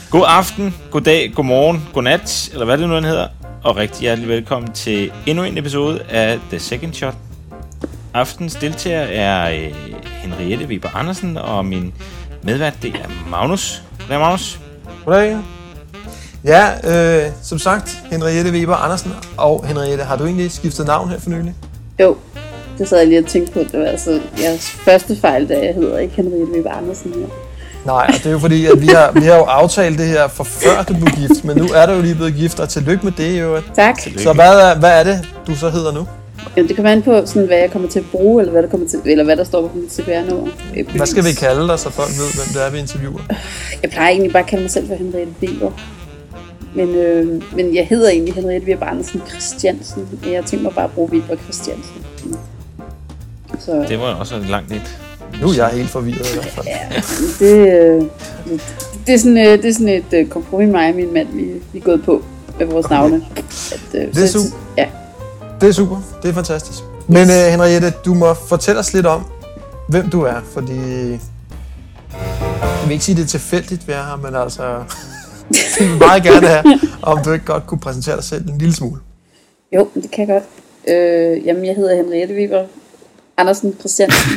God aften, god dag, god morgen, god nat, eller hvad det nu end hedder. Og rigtig hjertelig velkommen til endnu en episode af The Second Shot. Aftens deltager er Henriette Weber Andersen, og min medvært, det er Magnus. Goddag, Magnus. Goddag. Ja, som sagt, Henriette Weber Andersen. Og Henriette, har du egentlig skiftet navn her for nylig? Jo, det sad jeg lige og tænkte på. Det var altså jeres første fejl, da jeg hedder ikke Henriette Weber Andersen her. Nej, og det er jo fordi, at vi har jo aftalt det her for før du blev gift, men nu er du jo lige blevet gift, og tillykke med det jo. Tak. Så hvad er det, du så hedder nu? Jamen, det kommer an på, sådan, hvad jeg kommer til at bruge, eller hvad der står på mit CPR-nummer. Hvad skal vi kalde dig, så folk ved, hvem det er, vi interviewer? Jeg plejer egentlig bare at kalde mig selv for Henriette Weber. Men jeg hedder egentlig Henriette Weber Andersen Christiansen. Jeg tænker mig bare at bruge Weber Christiansen. Så. Det var også langt lidt. Nu er jeg helt forvirret i hvert fald. Ja, det er sådan et kompromis, mig og min mand, vi er gået på med vores navne. Det er super. Ja. Det er super. Det er fantastisk. Men Henriette, du må fortælle os lidt om, hvem du er, fordi jeg vil ikke sige, det er tilfældigt, vi er her, men altså, jeg vil meget gerne have, om du ikke godt kunne præsentere dig selv en lille smule. Jo, det kan jeg godt. Jamen, jeg hedder Henriette Weber Andersen Christiansen.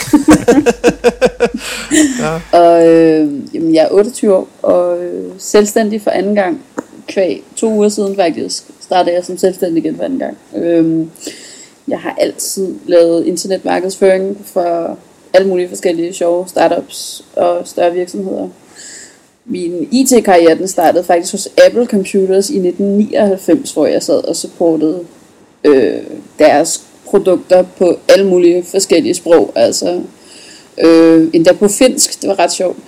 Ja. Og jamen, jeg er 28 år og selvstændig for anden gang. Kvæg 2 uger siden faktisk startede jeg som selvstændig igen for anden gang. Jeg har altid lavet internetmarkedsføring for alle mulige forskellige sjove startups og større virksomheder. Min IT-karriere den startede faktisk hos Apple Computers i 1999, hvor jeg sad og supportede deres produkter på alle mulige forskellige sprog, altså endda på finsk, det var ret sjovt.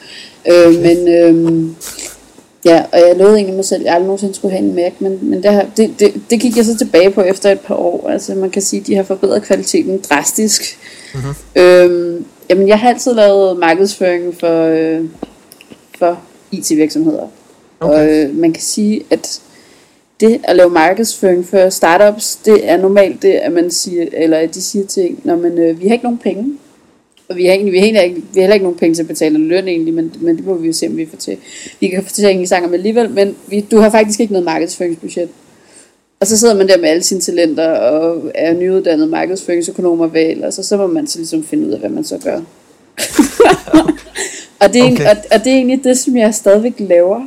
Ja, og jeg lovede egentlig mig selv, at jeg aldrig nogensinde skulle have en Mac, men det gik jeg så tilbage på efter et par år. Altså man kan sige, at de har forbedret kvaliteten drastisk. Mm-hmm. Jamen jeg har altid lavet markedsføring for IT-virksomheder. Okay. Og man kan sige, at det at lave markedsføring for startups, det er normalt det, at man siger, eller at de siger ting, når vi har ikke nogen penge. Og vi har heller ikke nogen penge til at betale løn egentlig, men det må vi jo se, om vi får til. Vi kan få til at sang om alligevel, men du har faktisk ikke noget markedsføringsbudget. Og så sidder man der med alle sine talenter og er nyuddannet markedsføringsøkonomer vel, og så må man så ligesom finde ud af, hvad man så gør. og det er egentlig det, som jeg stadigvæk laver.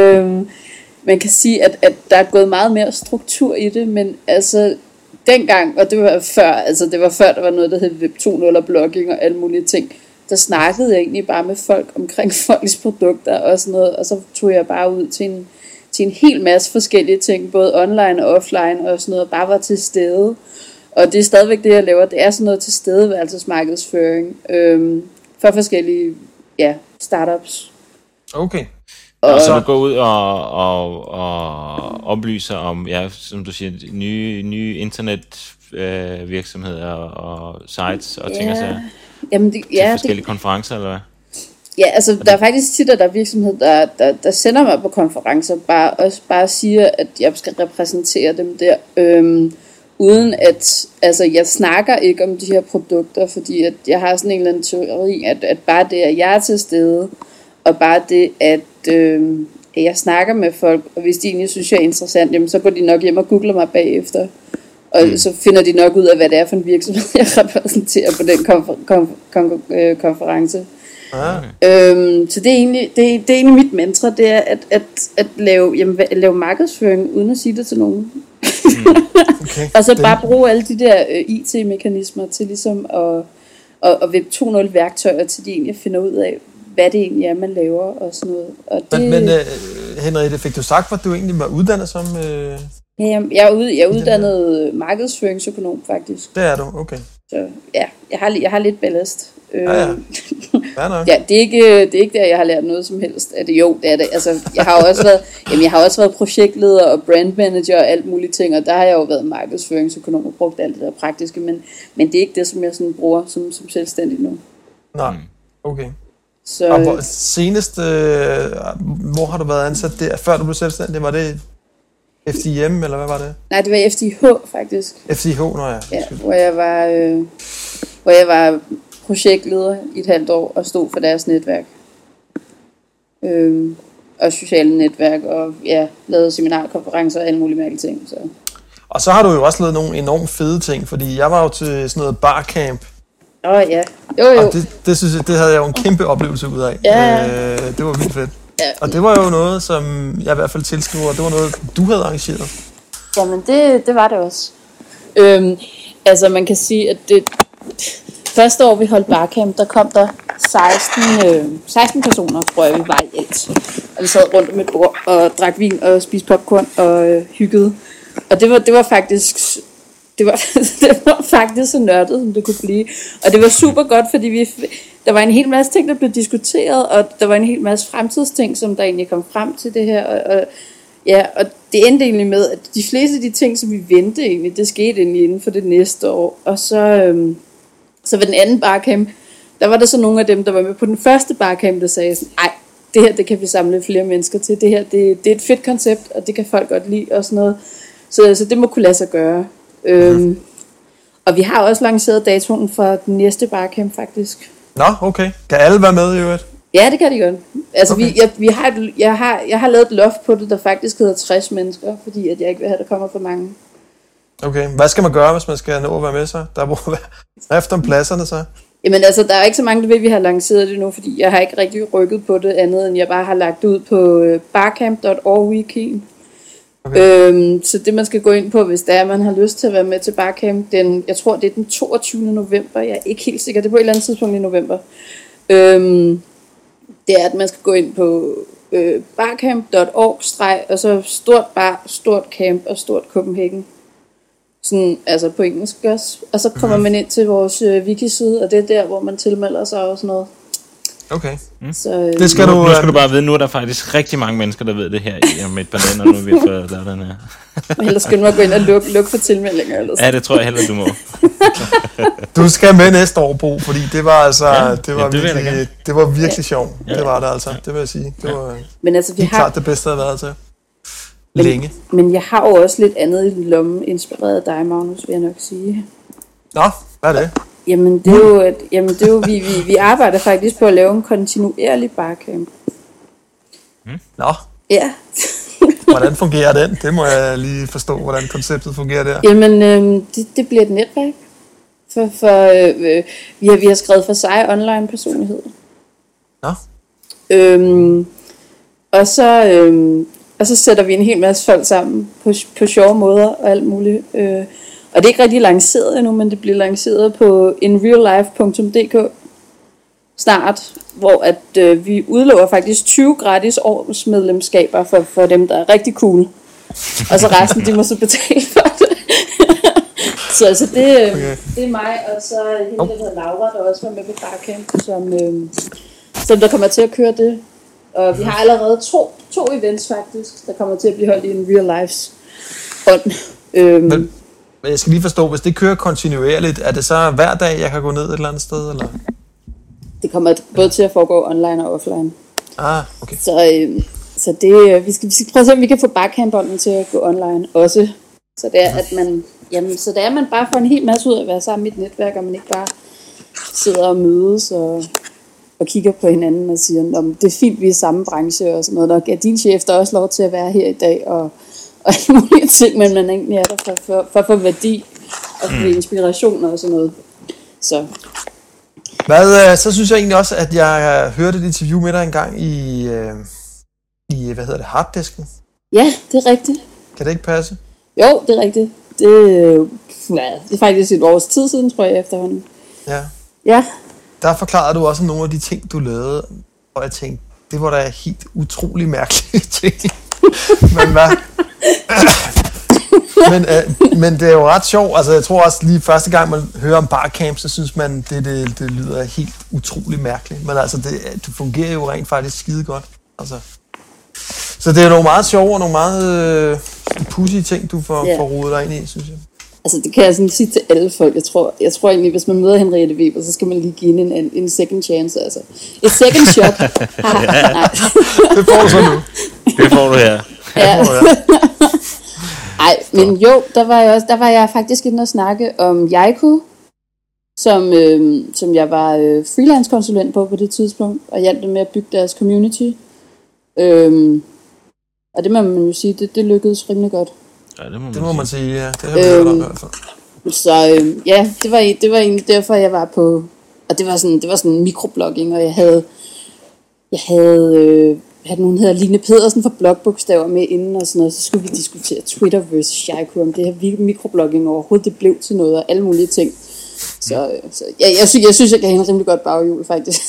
Man kan sige, at der er gået meget mere struktur i det, men altså dengang, og det var før der var noget, der hed Web 2.0 og blogging og alle mulige ting, der snakkede jeg egentlig bare med folk omkring folks produkter og sådan noget, og så tog jeg bare ud til en hel masse forskellige ting, både online og offline og sådan noget, bare var til stede. Og det er stadigvæk det, jeg laver, det er sådan noget til stedeværelsesmarkedsføring for forskellige startups. Okay. Og så du går ud og oplyser om, som du siger, nye internet virksomheder og sites og ting og sager. Jamen til forskellige konferencer, eller hvad? Ja, altså der er faktisk tit, at der er virksomheder, der sender mig på konferencer, bare siger, at jeg skal repræsentere dem der, uden at, altså jeg snakker ikke om de her produkter, fordi at jeg har sådan en eller anden teori, at bare det, at jeg er til stede, og bare det, at jeg snakker med folk, og hvis de egentlig synes, jeg er interessant, jamen, så går de nok hjem og googler mig bagefter. Og så finder de nok ud af, hvad det er for en virksomhed, jeg repræsenterer på den konference. Så det er egentlig mit mantra, det er at lave markedsføring, uden at sige det til nogen. Okay. Og så bare bruge alle de der IT-mekanismer til ligesom at Web 2.0 værktøjer, til de egentlig finder ud af, hvad det egentlig er, man laver og sådan noget. Og det. Men Henriette, fik du sagt, hvad du egentlig var uddannet som? Ja, jeg er uddannet markedsføringsøkonom faktisk. Det er du, okay. Så ja, jeg har lidt ballast. Ja. Ja, det er ikke der, jeg har lært noget som helst. Jo, det er det. Altså, jeg har også været projektleder og brandmanager og alt muligt ting, og der har jeg jo været markedsføringsøkonom og brugt alt det der praktiske, men det er ikke det, som jeg sådan bruger som selvstændig nu. Nej, okay. Så, og senest, hvor har du været ansat der, før du blev selvstændig? Var det FDM, eller hvad var det? Nej, det var FDH faktisk. FDH, ja. Hvor jeg var projektleder i et halvt år og stod for deres netværk. og sociale netværk, og ja, lavet seminarkonferencer og alle mulige mærkelige ting. Så. Og så har du jo også lavet nogle enormt fede ting, fordi jeg var jo til sådan noget barcamp. Ja. Jo. Og det synes jeg, det havde jeg jo en kæmpe oplevelse ud af. Ja. Det var vildt fedt. Ja. Og det var jo noget, som jeg i hvert fald tilskriver, det var noget, du havde arrangeret. Jamen, det var det også. Altså, man kan sige, at det første år, vi holdt barcamp, der kom der 16 personer, tror jeg, vi var i alt. Og vi sad rundt om et bord og drak vin og spiste popcorn og hyggede. Og det var faktisk... Det var faktisk så nørdet, som det kunne blive. Og det var super godt, fordi der var en hel masse ting, der blev diskuteret, og der var en hel masse fremtidsting, som der egentlig kom frem til det her. Og det endte egentlig med, at de fleste af de ting, som vi ventede egentlig, det skete egentlig inden for det næste år. Og så ved den anden barcamp, der var der så nogle af dem, der var med på den første barcamp, der sagde sådan, ej, det her, det kan vi samle flere mennesker til. Det her, det er et fedt koncept, og det kan folk godt lide og sådan noget. Så det må kunne lade sig gøre. Og vi har også lanceret datoen for den næste barcamp faktisk. Nå, okay. Kan alle være med i øvrigt? Ja, det kan de godt. Altså, okay. jeg har lavet et loft på det, der faktisk hedder 60 mennesker, fordi at jeg ikke vil have, at der kommer for mange. Okay, hvad skal man gøre, hvis man skal nå at være med så? Der må være efter om pladserne så. Jamen altså, der er ikke så mange, der vil, vi har lanceret det nu, fordi jeg har ikke rigtig rykket på det andet, end jeg bare har lagt ud på barcamp.org-wikien. Okay. Så det man skal gå ind på, hvis det er, man har lyst til at være med til barcamp, jeg tror det er den 22. november, jeg er ikke helt sikker, det er på et eller andet tidspunkt i november. Det er, at man skal gå ind på barcamp.org, og så stort camp og stort Copenhagen. Sådan, altså på engelsk også. Og så kommer man ind til vores wiki-side, og det er der, hvor man tilmelder sig og sådan noget. Okay. Så, det skal nu skal du bare vide, nu er der faktisk rigtig mange mennesker, der ved det her om et par dage, når vi har fået lavet den her. Og ellers skal du gå ind og lukke for tilmeldinger. Eller sådan. Ja, det tror jeg heller, du må. Du skal med næste år, Bo, fordi det var altså, det var virkelig sjovt. Ja. Det var det altså, det vil jeg sige. Det var men altså, vi har klart det bedste, jeg har været til. Længe. Men jeg har jo også lidt andet i lommen, inspireret af dig, Magnus, vil jeg nok sige. Nå, hvad er det? Jamen det er jo, vi arbejder faktisk på at lave en kontinuerlig barcamp. Nå. Ja. Hvordan fungerer den? Det må jeg lige forstå, hvordan konceptet fungerer der. Jamen, det bliver et netværk. Vi har skrevet for sig online personlighed. Nå. Og så sætter vi en hel masse folk sammen på sjove måder og alt muligt. Og det er ikke rigtig lanceret endnu, men det bliver lanceret på inreallife.dk snart, hvor at vi udlover faktisk 20 gratis årsmedlemskaber for dem, der er rigtig cool. Og så resten, de må så betale for det. så det er mig, og så hende, der hedder Laura, der også var med på barcamp, som der kommer til at køre det. Og vi har allerede to events faktisk, der kommer til at blive holdt i en real lives ånd. Men jeg skal lige forstå, hvis det kører kontinuerligt, er det så hver dag, jeg kan gå ned et eller andet sted? Eller? Det kommer både til at foregå online og offline. Ah, okay. Så det, vi skal prøve at se, om vi kan få barcamp-ånden til at gå online også. Så det er, at man bare får en hel masse ud af at være sammen i et netværk, og man ikke bare sidder og mødes og kigger på hinanden og siger, det er fint, vi er i samme branche og sådan noget. Og din chef der også lov til at være her i dag, og alle mulige ting, men man egentlig er der for at få værdi og for inspiration og sådan noget. Så. Så synes jeg egentlig også, at jeg hørte et interview med dig engang i hvad hedder det, Harddisken? Ja, det er rigtigt. Kan det ikke passe? Jo, det er rigtigt. Det er faktisk et års tid siden, tror jeg, efterhånden. Ja. Der forklarede du også nogle af de ting, du lavede, og jeg tænkte, det var da helt utrolig mærkelige ting. Men hvad? men det er jo ret sjovt. Altså, jeg tror også lige første gang, man hører om barcamp, så synes man, det lyder helt utrolig mærkeligt. Men altså, det fungerer jo rent faktisk skide godt. Altså. Så det er nogle meget sjove og nogle meget pudsige ting, du får rodet dig ind i, synes jeg. Altså, det kan jeg sådan sige til alle folk. Jeg tror egentlig, hvis man møder Henriette Weber, så skal man lige give hende en second chance. Altså. Et second shot. Det får du så nu. Det får du her. Ja. Ej, men jo, der var jeg faktisk inde og snakke om Jaiku, som jeg var freelance konsulent på det tidspunkt, og hjalp dem med at bygge deres community. Og det må man jo sige, det lykkedes rimelig godt. Ja, det må man sige, ja. Det har vi hørt om i hvert fald. Så ja, det var egentlig derfor, jeg var på... Og det var sådan en mikroblogging, og jeg havde nogen, hedder Line Pedersen fra Blogbogstaver med inden og sådan noget, så skulle vi diskutere Twitter versus Shaiku, om det her mikroblogging overhovedet det blev til noget, og alle mulige ting. Så ja, jeg synes, jeg gav hende rimelig godt baghjul, faktisk.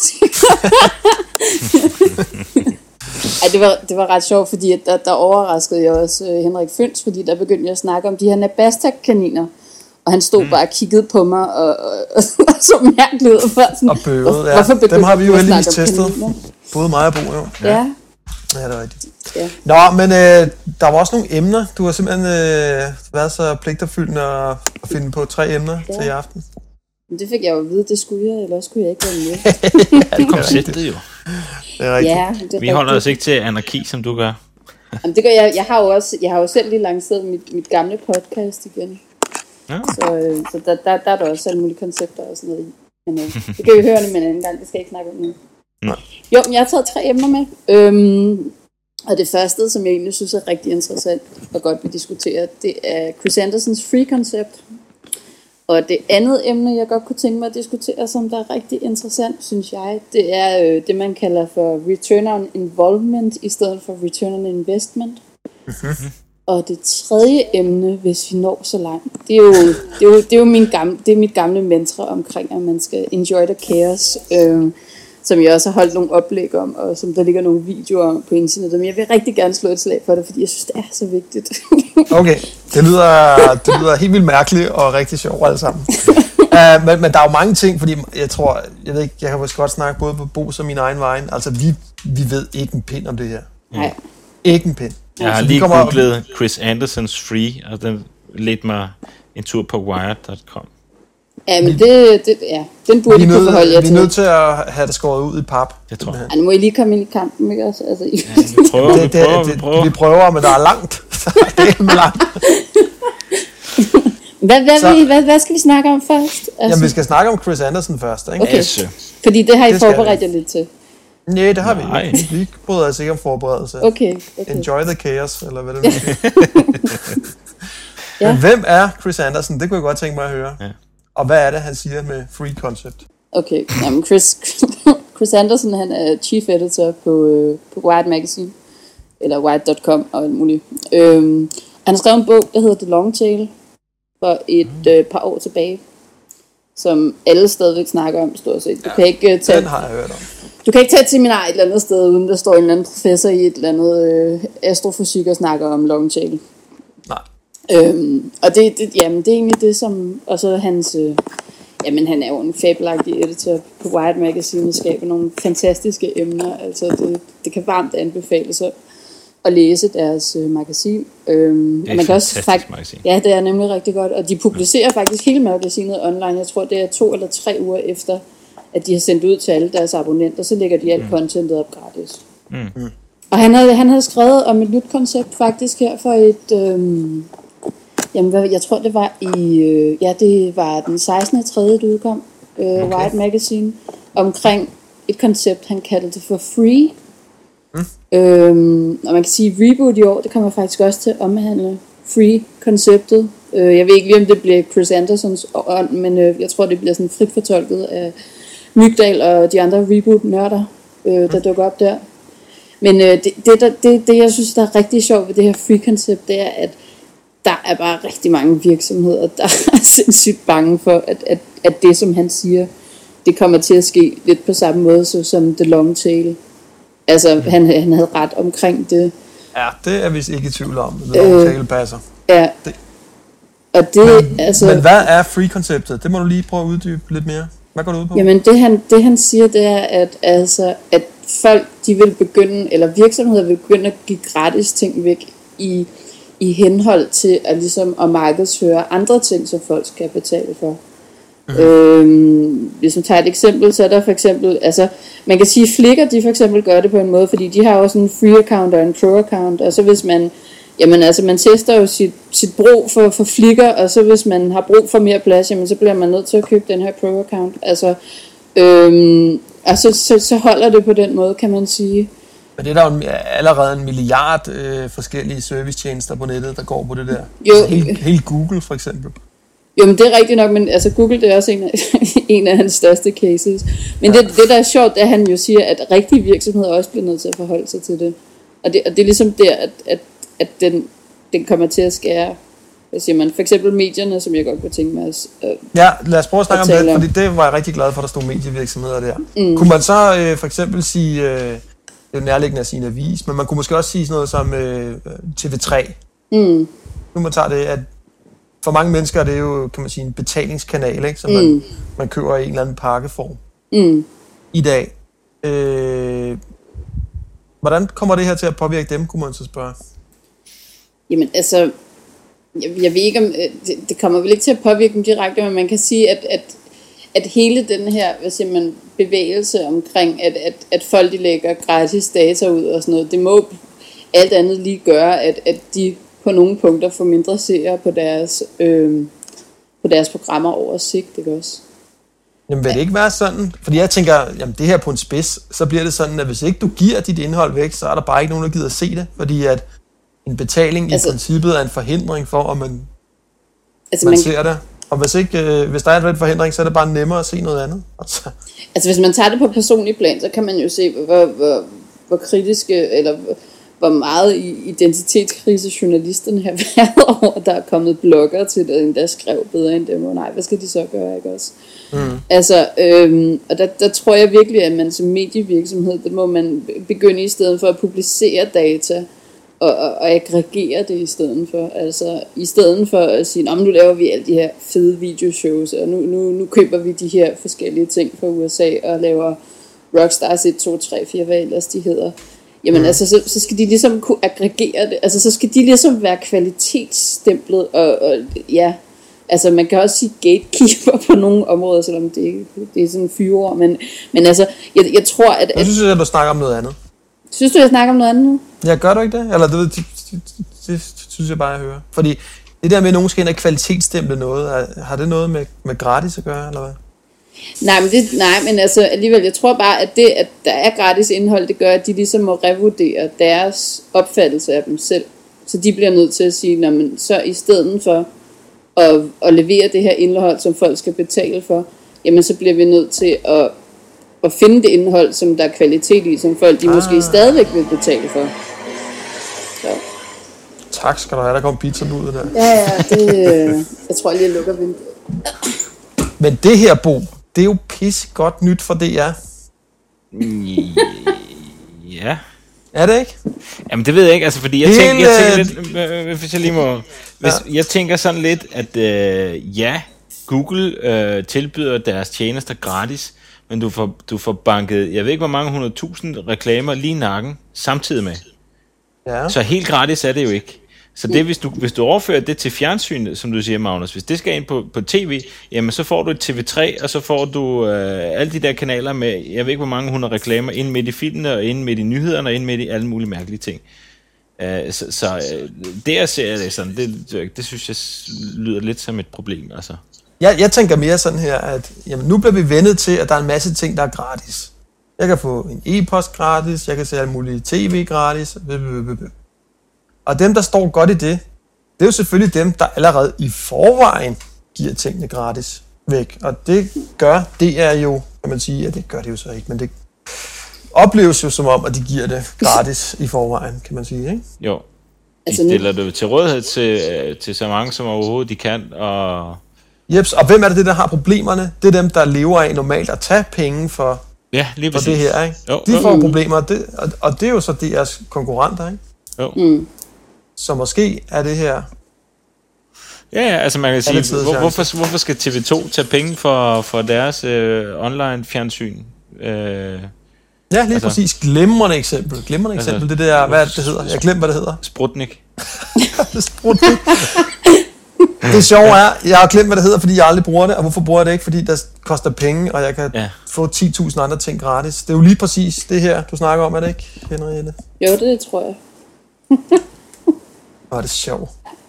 Ej, det var ret sjovt, fordi der overraskede jeg også Henrik Føns, fordi der begyndte jeg at snakke om de her Nabasta-kaniner. Og han stod bare og kiggede på mig og så mærkeligt ud. Og bøvede, ja. Dem har vi jo heldigvis testet. Både mig og Bo, jo. Ja. Ja, det er rigtigt. Ja. Nå, men der var også nogle emner. Du har simpelthen været så pligterfyldende at finde på 3 emner til i aften. Men det fik jeg jo at vide, det skulle jeg, eller skulle jeg ikke være med. Ja, det konceptet jo. Det er rigtigt. Ja, vi holder os ikke til anarki, som du gør. Jamen, det gør jeg. Jeg har jo selv lige lanceret mit gamle podcast igen. Ja. Så der er der også alle mulige koncepter og sådan noget i. Men det kan vi høre det med en anden gang, det skal jeg ikke snakke om nu. Nej. Jo, men jeg har taget 3 emner med. Og det første, som jeg egentlig synes er rigtig interessant og godt vi diskuterer, det er Chris Andersons free-koncept. Og det andet emne, jeg godt kunne tænke mig at diskutere, som der er rigtig interessant, synes jeg, det er det, man kalder for return on involvement, i stedet for return on investment. Og det tredje emne, hvis vi når så langt, det er jo mit gamle mantra omkring, at man skal enjoy the chaos, som jeg også har holdt nogle oplæg om, og som der ligger nogle videoer om på internettet. Men jeg vil rigtig gerne slå et slag for det, fordi jeg synes, det er så vigtigt. Okay, det lyder helt vildt mærkeligt og rigtig sjovt alle sammen. Men der er jo mange ting, fordi jeg ved ikke, jeg kan måske godt snakke både på Bo og min egen vej. Altså, vi ved ikke en pind om det her. Nej. Ikke en pind. Jeg har lige googlet Chris Andersons free, og den ledte mig en tur på wired.com. Ja, men den burde du forholde jer til. Vi er nødt til at have det skåret ud i pap. Det tror jeg. Nu må I lige komme ind i kampen, ikke også? Altså, vi prøver, men der er langt. Det er langt. Hvad skal vi snakke om først? Altså. Jamen, vi skal snakke om Chris Anderson først, ikke? Okay, fordi det har I forberedt jer lidt til. Nej, det har vi ikke. Vi bryder os ikke om forberedelse. Okay. Enjoy the chaos, eller hvad det er. Ja. Men hvem er Chris Anderson? Det kunne jeg godt tænke mig at høre. Ja. Og hvad er det, han siger med free concept? Okay, jamen Chris Anderson, han er chief editor på Wired Magazine, eller Wired.com og alt muligt. Han har skrevet en bog, der hedder The Long Tail, for et par år tilbage, som alle stadigvæk snakker om, stort set. Du kan ikke tage, den har jeg hørt om. Du kan ikke tage et seminar et eller andet sted, uden der står en eller anden professor i et eller andet astrofysik og snakker om Long Tail. Nej. Og det er egentlig det, som... Og så hans... han er jo en fabelagtig editor på Wired Magazine og skaber nogle fantastiske emner. Altså, det kan varmt anbefales at læse deres magasin. Det er et fantastisk magasin. Ja, det er nemlig rigtig godt. Og de publicerer faktisk hele magasinet online. Jeg tror, det er 2 eller 3 uger efter, at de har sendt ud til alle deres abonnenter. Så lægger de alt contentet op gratis. Og han havde skrevet om et nyt koncept faktisk her for et... jeg tror det var det var den 16.3. det udkom, Wired Magazine, omkring et koncept, han kaldte det for free. Og man kan sige, Reboot i år, det kommer faktisk også til at omhandle free-konceptet. Jeg ved ikke lige, om det bliver Chris Andersons ånd, men jeg tror, det bliver sådan frit fortolket af Mygdal og de andre Reboot-nørder, der dukker op der. Men det, jeg synes, der er rigtig sjovt ved det her free-koncept, det er, at der er bare rigtig mange virksomheder, der er sindssygt bange for, at det, som han siger, det kommer til at ske lidt på samme måde, som The Long Tail. Altså, han havde ret omkring det. Ja, det er vi ikke i tvivl om. The Long Tail passer. Ja. Og det, men hvad er free-konceptet? Det må du lige prøve at uddybe lidt mere. Hvad går det ud på? Jamen, det han siger, det er, at folk, de vil begynde, eller virksomheder vil begynde at give gratis ting væk i henhold til at markedsføre andre ting, som folk skal betale for. Hvis man tager et eksempel, så er der for eksempel, altså man kan sige, Flickr, de for eksempel gør det på en måde, fordi de har også en free account og en pro account, og så hvis man, man tester jo sit brug for Flickr, og så hvis man har brug for mere plads, så bliver man nødt til at købe den her pro account, altså så holder det på den måde, kan man sige. Men det er der jo allerede en milliard forskellige servicetjenester på nettet, der går på det der. Jo. Altså hele Google for eksempel. Jo, men det er rigtigt nok, men altså Google, det er også en af hans største cases. Men det der er sjovt, det er, at han jo siger, at rigtige virksomheder også bliver nødt til at forholde sig til det. Og det er ligesom der, at den kommer til at skære, hvad siger man, for eksempel medierne, som jeg godt kunne tænke mig ja, lad os prøve at snakke om det, fordi det var jeg rigtig glad for, at der stod medievirksomheder der. Kunne man så for eksempel sige, det er jo nærliggende at sige en avis, men man kunne måske også sige sådan noget som TV3. Nu man tager det, at for mange mennesker er det jo, kan man sige, en betalingskanal, ikke? Som man køber i en eller anden pakkeform i dag. Hvordan kommer det her til at påvirke dem, kunne man så spørge? Jamen altså, jeg ved ikke om, det kommer vel ikke til at påvirke dem direkte, men man kan sige, at hele den her, hvad siger man, bevægelse omkring, at folk de lægger gratis data ud og sådan noget, det må alt andet lige gøre, at de på nogle punkter får mindre seere på deres programmer over sigt, ikke også? Jamen vil det ikke være sådan? Fordi jeg tænker, jamen det her på en spids, så bliver det sådan, at hvis ikke du giver dit indhold væk, så er der bare ikke nogen, der gider at se det, fordi at en betaling i princippet er en forhindring for, at man ser det. Og hvis der er en forhindring, så er det bare nemmere at se noget andet. Altså hvis man tager det på personlig plan, så kan man jo se, hvor kritiske, eller hvor meget identitetskrise journalisterne har været over, der er kommet blogger til det, endda skrev bedre end dem. Nej, hvad skal de så gøre, ikke også? Altså, og der tror jeg virkelig, at man som medievirksomhed, det må man begynde i stedet for at publicere data, og aggregere det i stedet for. Altså, i stedet for at sige, nu laver vi alle de her fede videoshows, og nu køber vi de her forskellige ting fra USA, og laver Rockstars 1, 2, 3, 4, hvad ellers de hedder. Jamen altså, så skal de ligesom kunne aggregere det. Altså, så skal de ligesom være kvalitetsstemplet, og ja, altså man kan også sige gatekeeper på nogle områder, selvom det er sådan en fyreord, men altså, jeg tror, at... Jeg synes, at du snakker om noget andet. Synes du, jeg snakker om noget andet nu? Ja, gør du ikke det? Eller det synes jeg bare, jeg hører. Fordi det der med, at nogen skal ind og kvalitetsstemple noget, har det noget med gratis at gøre, eller hvad? Nej, men altså alligevel, jeg tror bare, at det, at der er gratis indhold, det gør, at de ligesom må revurdere deres opfattelse af dem selv. Så de bliver nødt til at sige, så i stedet for at levere det her indhold, som folk skal betale for, jamen så bliver vi nødt til at finde det indhold, som der er kvalitet i, som folk de måske stadigvæk vil betale for. Så. Tak skal du have, der kom pizzabudet der. Ja, det, jeg tror lige, jeg lukker vinduet. Men det her, Bo, det er jo pis godt nyt for DR. Ja. Er det ikke? Jamen det ved jeg ikke, altså fordi jeg tænker lidt, hvis jeg lige må, jeg tænker sådan lidt, at Google tilbyder deres tjenester gratis, men du får banket, jeg ved ikke hvor mange 100.000 reklamer lige i nakken samtidig med. Ja. Så helt gratis er det jo ikke. Så det, hvis du overfører det til fjernsynet, som du siger, Magnus, hvis det skal ind på tv, jamen så får du et TV3, og så får du alle de der kanaler med, jeg ved ikke hvor mange 100 reklamer, ind midt i filmene, og ind midt i nyhederne, og ind midt i alle mulige mærkelige ting. Det jeg ser det sådan, det synes jeg lyder lidt som et problem, altså. Jeg tænker mere sådan her, at jamen, nu bliver vi vendet til, at der er en masse ting, der er gratis. Jeg kan få en e-post gratis, jeg kan se alle mulige tv gratis, og dem, der står godt i det er jo selvfølgelig dem, der allerede i forvejen giver tingene gratis væk. Og det er jo, kan man sige, at det gør det jo så ikke, men det opleves jo som om, at de giver det gratis i forvejen, kan man sige, ikke? Jo, de stiller det til rådighed til så mange som overhovedet de kan, og... Jeps, og hvem er det, der har problemerne? Det er dem, der lever af normalt at tage penge for, lige for det her, ikke? Jo. De får problemer, og det er jo så deres konkurrenter, ikke? Jo. Så måske er det her... Ja, altså man kan sige, hvorfor skal TV2 tage penge for deres online fjernsyn? Ja, lige præcis. Glimrende eksempel. Det der, hvad det hedder? Jeg glemmer, hvad det hedder. Sputnik. Sputnik. Det sjove er, jeg har glemt, hvad det hedder, fordi jeg aldrig bruger det. Og hvorfor bruger jeg det ikke? Fordi der koster penge, og jeg kan få 10.000 andre ting gratis. Det er jo lige præcis det her, du snakker om, er det ikke, Henriette? Jo, det tror jeg. Hvor er det sjovt.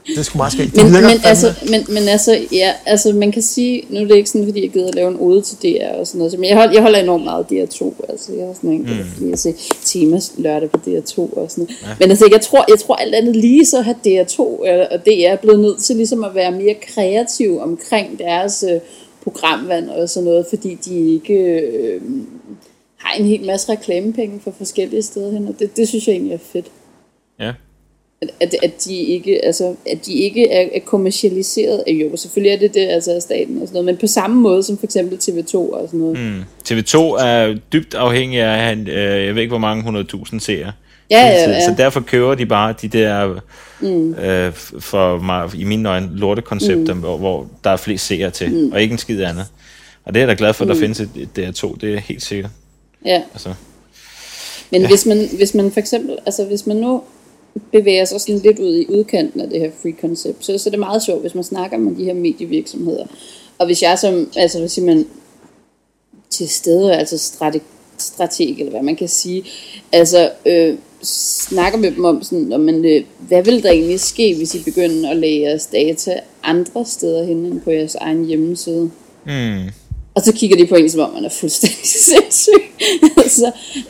Det er sgu meget skægt. Men altså, man kan sige, nu er det ikke sådan, fordi jeg gider at lave en ode til DR og sådan noget, men jeg holder enormt meget af DR2, altså jeg har sådan en, fordi at se temas lørdag på DR2 og sådan noget. Ja. Men altså, jeg tror alt andet lige, så har DR2 og DR er blevet nødt til ligesom at være mere kreative omkring deres programvand og sådan noget, fordi de ikke har en hel masse reklamepenge for forskellige steder hen, og det synes jeg egentlig er fedt. Ja. At de ikke er kommercialiseret. Jo, selvfølgelig er det altså af staten og sådan noget, men på samme måde som for eksempel TV2 og sådan noget. TV2 er dybt afhængig af, jeg ved ikke hvor mange 100.000 seere. Ja. Så derfor køber de bare de der, for mig, i mine øjne, lortekoncepter, hvor der er flest seere til, og ikke en skid andet. Og det er jeg da glad for, at der findes et DR2, det er helt sikkert. Ja. Altså. Men hvis man for eksempel, altså hvis man nu bevæger sig sådan lidt ud i udkanten af det her free-koncept, så er det meget sjovt, hvis man snakker med de her medievirksomheder. Og hvis jeg som, altså hvad siger man, til stede, altså strateg, eller hvad man kan sige, altså snakker med dem om sådan, hvad vil der egentlig ske, hvis I begynder at lægge jeres data andre steder hen end på jeres egen hjemmeside? Og så kigger de på en, som om man er fuldstændig sindssyg. Altså,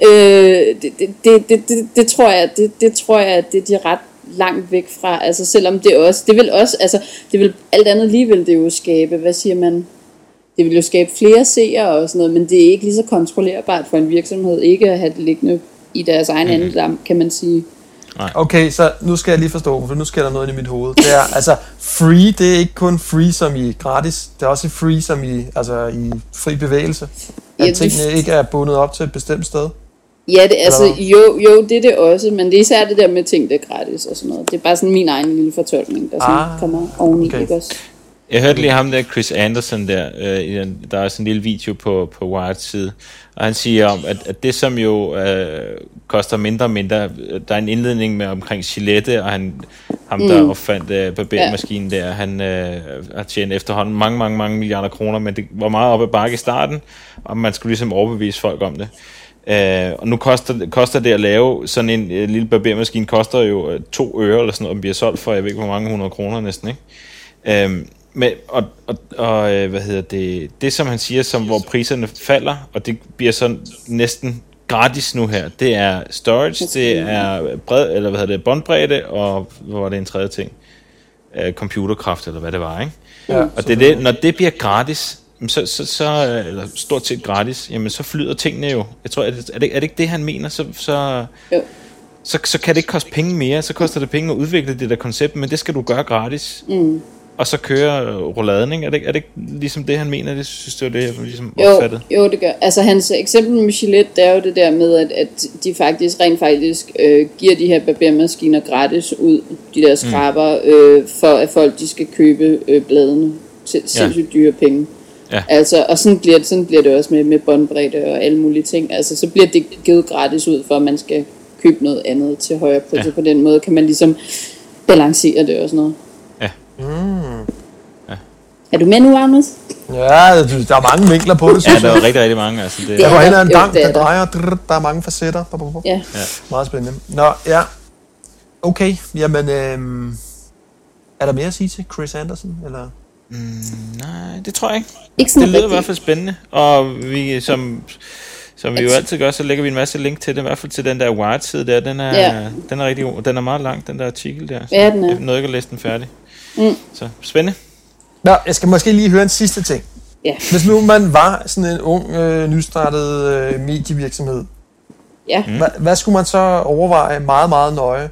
det tror jeg, at det er ret langt væk fra. Altså, selvom det vil alt andet lige vil det jo skabe, hvad siger man? Det vil jo skabe flere seere og sådan noget, men det er ikke lige så kontrollerbart for en virksomhed ikke at have det liggende i deres egen andedam, kan man sige. Okay, så nu skal jeg lige forstå, for nu sker der noget i mit hoved. Det er, altså, free, det er ikke kun free som i gratis, det er også free som i, altså, i fri bevægelse. At tingene ikke er bundet op til et bestemt sted. Ja, det, altså, jo, det er det også, men det er især det der med ting, der er gratis og sådan noget. Det er bare sådan min egen lille fortolkning, der sådan kommer oveni, ikke også? Jeg hørte lige ham der, Chris Anderson der, der er sådan en lille video på Wired's side, og han siger om, at det som jo koster mindre og mindre, der er en indledning med omkring Gillette, og ham der opfandt barbermaskinen der, han har tjent efterhånden mange milliarder kroner, men det var meget op ad bakke i starten, og man skulle ligesom overbevise folk om det. Og nu koster det at lave sådan en lille barbermaskine, koster jo 2 øre eller sådan noget, og bliver solgt for, jeg ved ikke hvor mange 100 kroner næsten, ikke? Hvad hedder det? Det som han siger, som hvor priserne falder, og det bliver sådan næsten gratis nu her. Det er storage, det er båndbredde, og hvad var det en tredje ting? Computerkraft eller hvad det var, ikke? Ja, og det er det, når det bliver gratis, så eller stort set gratis, jamen så flyder tingene jo. Jeg tror, er det ikke det han mener? Så kan det ikke koste penge mere. Så koster det penge at udvikle det der koncept, men det skal du gøre gratis. Og så kører rouladen, ikke? Er det ikke ligesom det, han mener? Det synes jeg, det er ligesom opfattet. Jo, det gør. Altså hans eksempel med Gillette, det er jo det der med, at de rent faktisk giver de her barbermaskiner gratis ud, de der skraber, for at folk de skal købe bladene til sindssygt dyre penge. Ja. Altså, og sådan bliver det også med båndbredde og alle mulige ting. Altså, så bliver det givet gratis ud, for at man skal købe noget andet til højere pris. Ja. På den måde kan man ligesom balancere det og sådan noget. Ja. Er du med nu, Agnes? Ja, der er mange vinkler på det, synes jeg. Ja, der er rigtig mange. Altså, der går hen ad en bank, der drejer, der er mange facetter. Ja. Meget spændende. Nå, ja. Okay, jamen, er der mere at sige til Chris Anderson, eller? Nej, det tror jeg ikke. Det lyder i hvert fald spændende, og vi som vi jo altid gør, så lægger vi en masse link til det, i hvert fald til den der Wired-side der, den er rigtig god, den er meget lang, den der artikel der, så jeg nåede ikke at læse den færdig. Så spændende. Nå, jeg skal måske lige høre en sidste ting. Ja. Hvis nu man var sådan en ung, nystartet medievirksomhed, hvad skulle man så overveje meget, meget nøje?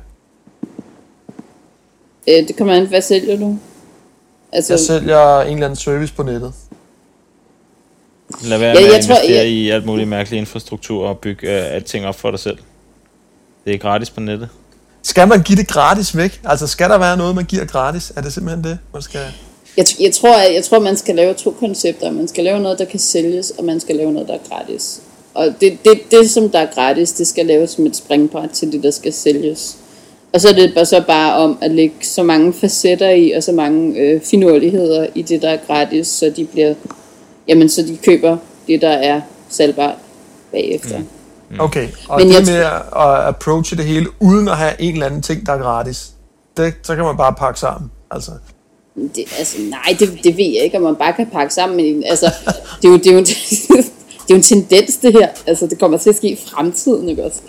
Det kommer an, hvad sælger du? Altså, jeg sælger en eller anden service på nettet. Lad være med at investere i alt muligt mærkelig infrastruktur og bygge alting op for dig selv. Det er gratis på nettet. Skal man give det gratis væk? Altså skal der være noget, man giver gratis? Er det simpelthen det, man skal... Jeg tror, man skal lave 2 koncepter. Man skal lave noget, der kan sælges, og man skal lave noget, der er gratis. Og det som der er gratis, det skal laves som et springbræt til det, der skal sælges. Og så er det bare om at lægge så mange facetter i, og så mange finurligheder i det, der er gratis, så de bliver... Jamen, så de køber det, der er salgbart bagefter. Okay, og men det med at approache det hele, uden at have en eller anden ting, der er gratis, så kan man bare pakke sammen. Altså. Nej, det ved jeg ikke, om man bare kan pakke sammen. Men, altså, det er jo en tendens, det her. Altså, det kommer til at ske i fremtiden, ikke også?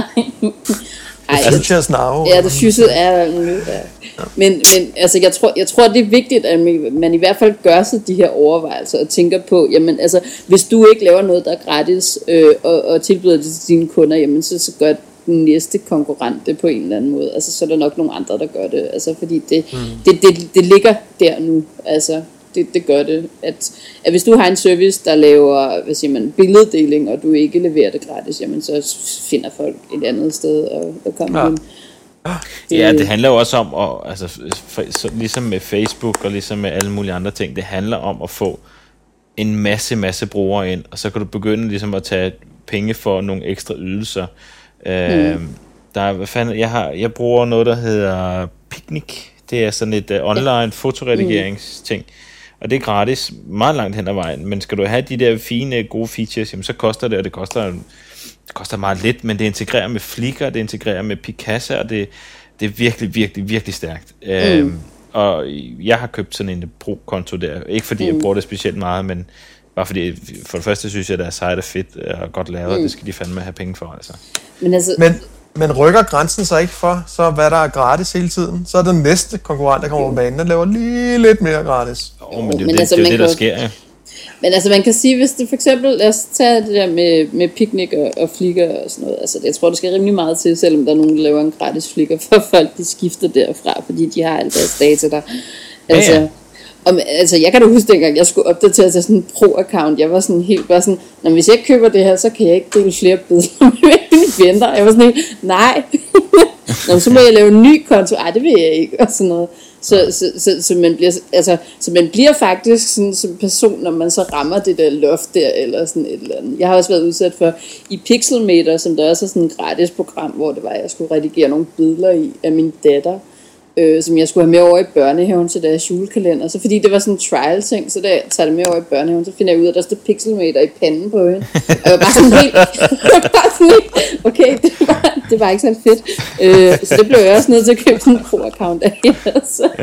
Ja, det fyset er nu. Ja. Men altså, jeg tror, det er vigtigt, at man i hvert fald gør sig de her overvejelser og tænker på, jamen altså, hvis du ikke laver noget, der er gratis, og tilbyder det til dine kunder, jamen så gør den næste konkurrent det på en eller anden måde. Altså, så er der nok nogle andre, der gør det. Altså, fordi det ligger der nu. Altså, det gør det. At hvis du har en service, der laver, hvad siger man, billeddeling, og du ikke leverer det gratis, jamen så finder folk et andet sted at komme ind. Ja, det handler jo også om, ligesom med Facebook og ligesom med alle mulige andre ting, det handler om at få en masse brugere ind, og så kan du begynde ligesom at tage penge for nogle ekstra ydelser. Jeg bruger noget, der hedder Picnic. Det er sådan et online fotoredigeringsting. Og det er gratis, meget langt hen ad vejen. Men skal du have de der fine, gode features, jamen, så koster det, og det koster meget lidt, men det integrerer med Flickr, det integrerer med Picasa, og det er virkelig stærkt. Og jeg har købt sådan en pro-konto der. Ikke fordi jeg bruger det specielt meget, men bare fordi, for det første synes jeg, at deres site er fedt og godt lavet, og det skal de fandme have penge for. Altså. Men rykker grænsen så ikke for, så hvad der er gratis hele tiden? Så er den næste konkurrent, der kommer på banen, den laver lige lidt mere gratis. Men det er jo det, der sker, ja. Men altså man kan sige, hvis det for eksempel, lad os tage det der med Picnic og Flickr og sådan noget, altså jeg tror, det skal rimelig meget til, selvom der er nogen, der laver en gratis Flickr, for folk, de skifter derfra, fordi de har alle deres data der. Altså, altså jeg kan da huske dengang, jeg skulle opdatere til sådan en pro-account, jeg var sådan helt bare sådan, hvis jeg køber det her, så kan jeg ikke dele flere billeder med mine venner. Jeg var sådan helt, nej. Så må jeg lave en ny konto. Ej, det vil jeg ikke, og sådan noget. Så man bliver faktisk sådan som person, når man så rammer det der loft der, eller sådan et eller andet. Jeg har også været udsat for i Pixelmator, som der også er sådan et gratis program, hvor det var, jeg skulle redigere nogle billeder i af min datter, som jeg skulle have med over i børnehaven til deres julekalender. Så fordi det var sådan en trial ting, så da jeg tager det med over i børnehaven, så finder jeg ud af, at der står Pixelmator i panden på hende. Og jeg var bare sådan helt, okay, det var ikke så fedt. Så det blev jeg også nødt til at købe sådan en pro-account af hende.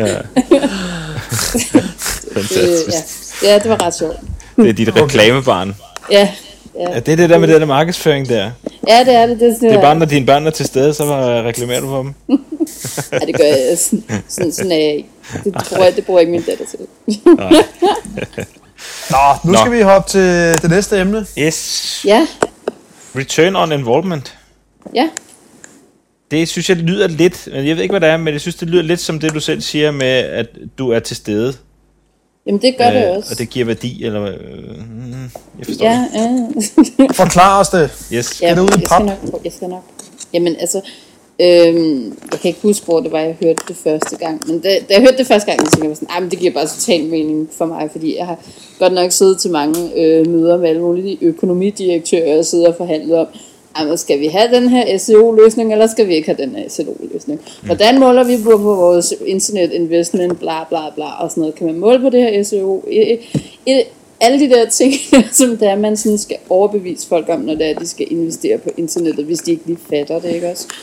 Ja, det var ret sjovt. Det er dit reklamebarn. Ja. Ja, det er det der med den der markedsføring der. Ja, det er det. Det er bare, når dine børn er til stede, så reklamerer du for dem. Ja, det gør jeg. Sådan er jeg ikke. Det bruger ikke min datter til. Nu skal vi hoppe til det næste emne. Yes. Ja. Return on involvement. Ja. Det synes jeg lyder lidt, jeg ved ikke, hvad det er, men jeg synes, det lyder lidt som det, du selv siger med, at du er til stede. Jamen, det gør det også. Og det giver værdi, eller hvad? Jeg forstår det. Forklar os det. Yes. Ja, jeg skal nok. Jamen, altså, jeg kan ikke huske, hvor det var, jeg hørte det første gang. Men da jeg hørte det første gang, så tænkte jeg sådan, men det giver bare total mening for mig, fordi jeg har godt nok siddet til mange møder med alle mulige økonomidirektører og siddet og forhandlet om, skal vi have den her SEO-løsning, eller skal vi ikke have den her SEO-løsning? Hvordan måler vi på vores internet investment, bla bla bla, og sådan noget? Kan man måle på det her SEO? Alle de der ting, som der man sådan skal overbevise folk om, når det er, at de skal investere på internettet, hvis de ikke lige fatter det, ikke også?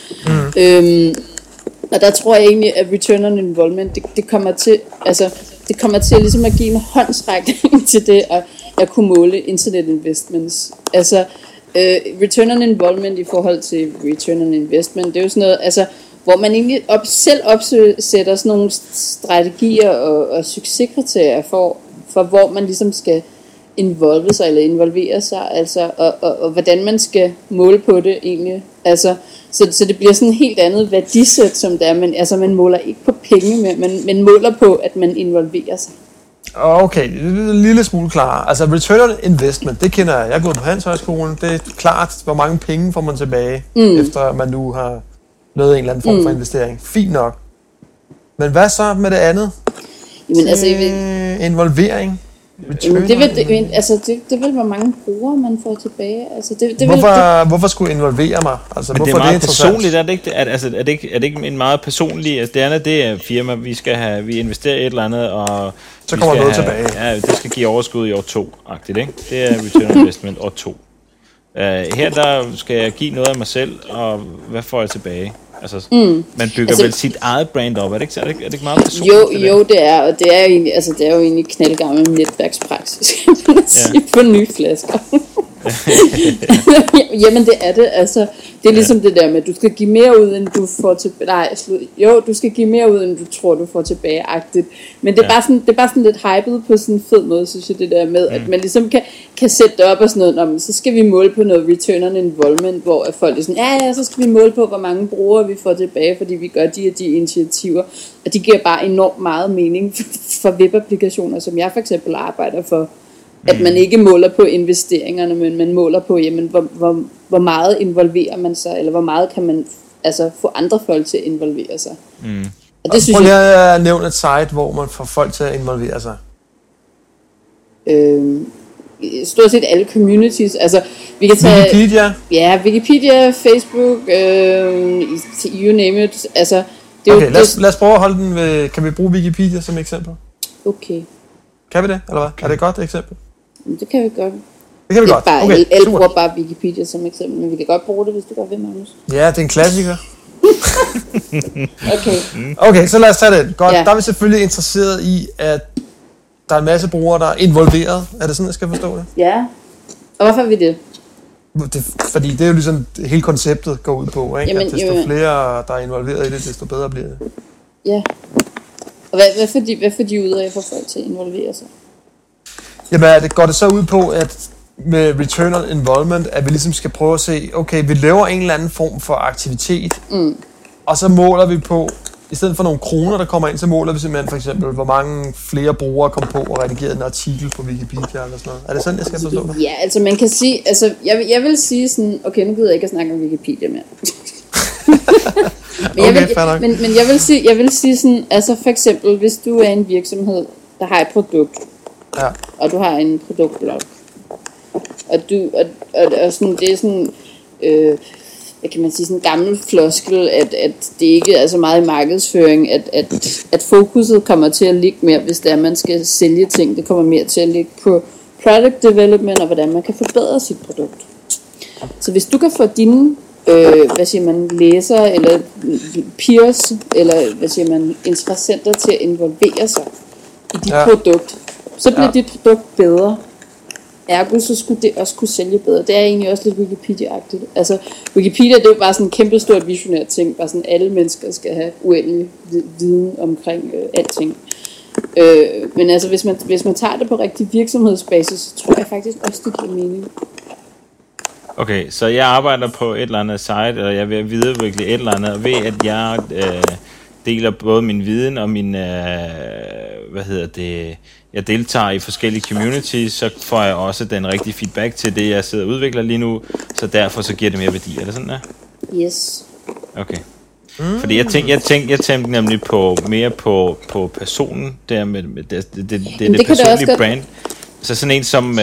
Og der tror jeg egentlig, at return on involvement, det kommer til, altså, det kommer til ligesom at give en håndsrækning til det, at kunne måle internet investments. Altså, return on involvement i forhold til return on investment, det er jo sådan noget, altså, hvor man egentlig selv opsætter sådan nogle strategier og succeskriterier for hvor man ligesom skal involve sig eller involvere sig, altså, og hvordan man skal måle på det egentlig, altså, så det bliver sådan et helt andet værdisæt, som det er, men altså, man måler ikke på penge mere, man måler på, at man involverer sig. Okay, en lille smule klar. Altså return on investment, det kender jeg. Jeg er gået på Handelshøjskolen. Det er klart, hvor mange penge får man tilbage, efter man nu har lavet en eller anden form for investering. Fint nok. Men hvad så med det andet? Jamen, altså, involvering? Det vil hvor mange brugere man får tilbage. Altså, hvorfor skulle jeg involvere mig? Altså, men hvorfor det er meget personligt, er det ikke? Er det ikke en meget personlig? Altså, det andet, det er firma, vi investerer i et eller andet, og så kommer noget tilbage. Ja, det skal give overskud i år 2-agtigt, ikke? Det er return on investment år 2. Her der skal jeg give noget af mig selv, og hvad får jeg tilbage? Altså, man bygger vel sit eget brand op, er det ikke, er det ikke meget personligt? Jo, det er, og det er jo egentlig, altså, det er jo egentlig knaldgammel netværkspraksis, kan man sige, på nye flasker. Jamen det er det, altså det er ligesom det der med, at du skal give mere ud, end du får tilbage. Du skal give mere ud, end du tror, du får tilbage-agtigt. Men det er, det er bare sådan lidt hypet på sådan en fed måde, synes jeg, det der med, at man ligesom kan sætte det op og sådan noget, så skal vi måle på noget return on involvement, hvor at folk er sådan, ja, så skal vi måle på, hvor mange brugere vi får tilbage, fordi vi gør de og de initiativer. Og de giver bare enormt meget mening for webapplikationer, som jeg for eksempel arbejder for. At man ikke måler på investeringerne, men man måler på, jamen, hvor meget involverer man sig, eller hvor meget kan man altså få andre folk til at involvere sig. Og det synes prøv lige at nævne et site, hvor man får folk til at involvere sig. Stort set alle communities. Altså, vi kan tage Wikipedia? Ja, Wikipedia, Facebook, you name it. Altså, det er okay, jo, lad os prøve at holde den ved, kan vi bruge Wikipedia som eksempel? Okay. Kan vi det, eller hvad? Er det et godt eksempel? Det kan vi godt. Det kan vi godt. Bare, okay, alle bruger bare Wikipedia som eksempel, men vi kan godt bruge det, hvis du godt vil, Magnus. Ja, det er en klassiker. Okay, så lad os tage det. Godt, der er vi selvfølgelig interesseret i, at der er en masse brugere, der er involveret. Er det sådan, jeg skal forstå det? Ja, og hvorfor er vi det? Fordi det er jo ligesom hele konceptet går ud på, ikke? Jamen, at desto flere, der er involveret i det, desto bedre bliver det. Ja. Og hvad får de ud af at få folk til at involvere sig? Jamen, går det så ud på, at med return on involvement, at vi ligesom skal prøve at se, okay, vi laver en eller anden form for aktivitet, og så måler vi på, i stedet for nogle kroner, der kommer ind, så måler vi simpelthen for eksempel, hvor mange flere brugere kom på og redigerede en artikel på Wikipedia eller sådan noget. Er det sådan, jeg skal forstå det? Ja, altså man kan sige, altså jeg vil sige sådan, okay, nu gider jeg ikke at snakke om Wikipedia mere. Men jeg vil sige sådan, altså for eksempel, hvis du er en virksomhed, der har et produkt, og du har en produktblog, og du og sådan, det er sådan, hvad kan man sige, sådan en gammel floskel, at det ikke er så meget i markedsføring, at fokuset kommer til at ligge mere, hvis det er, man skal sælge ting, det kommer mere til at ligge på product development, og hvordan man kan forbedre sit produkt. Så hvis du kan få dine hvad siger man, læser eller peers eller hvad siger man, interessenter til at involvere sig i dit produkt, så bliver dit produkt bedre. Ergo så skulle det også kunne sælge bedre. Det er egentlig også lidt Wikipedia-agtigt. Altså Wikipedia, det er jo bare sådan en kæmpestort visionær ting, bare sådan alle mennesker skal have uendelig viden omkring alting. Men altså hvis man tager det på rigtig virksomhedsbasis, så tror jeg faktisk også det giver mening. Okay, så jeg arbejder på et eller andet site, eller jeg vil videreudvikle et eller andet, og ved at jeg deler både min viden og min, jeg deltager i forskellige communities, så får jeg også den rigtige feedback til det, jeg sidder og udvikler lige nu, så derfor så giver det mere værdi. Er det sådan der? Yes. Okay. Fordi jeg tænkte nemlig mere på personen, der med det personlige brand. Så sådan en som,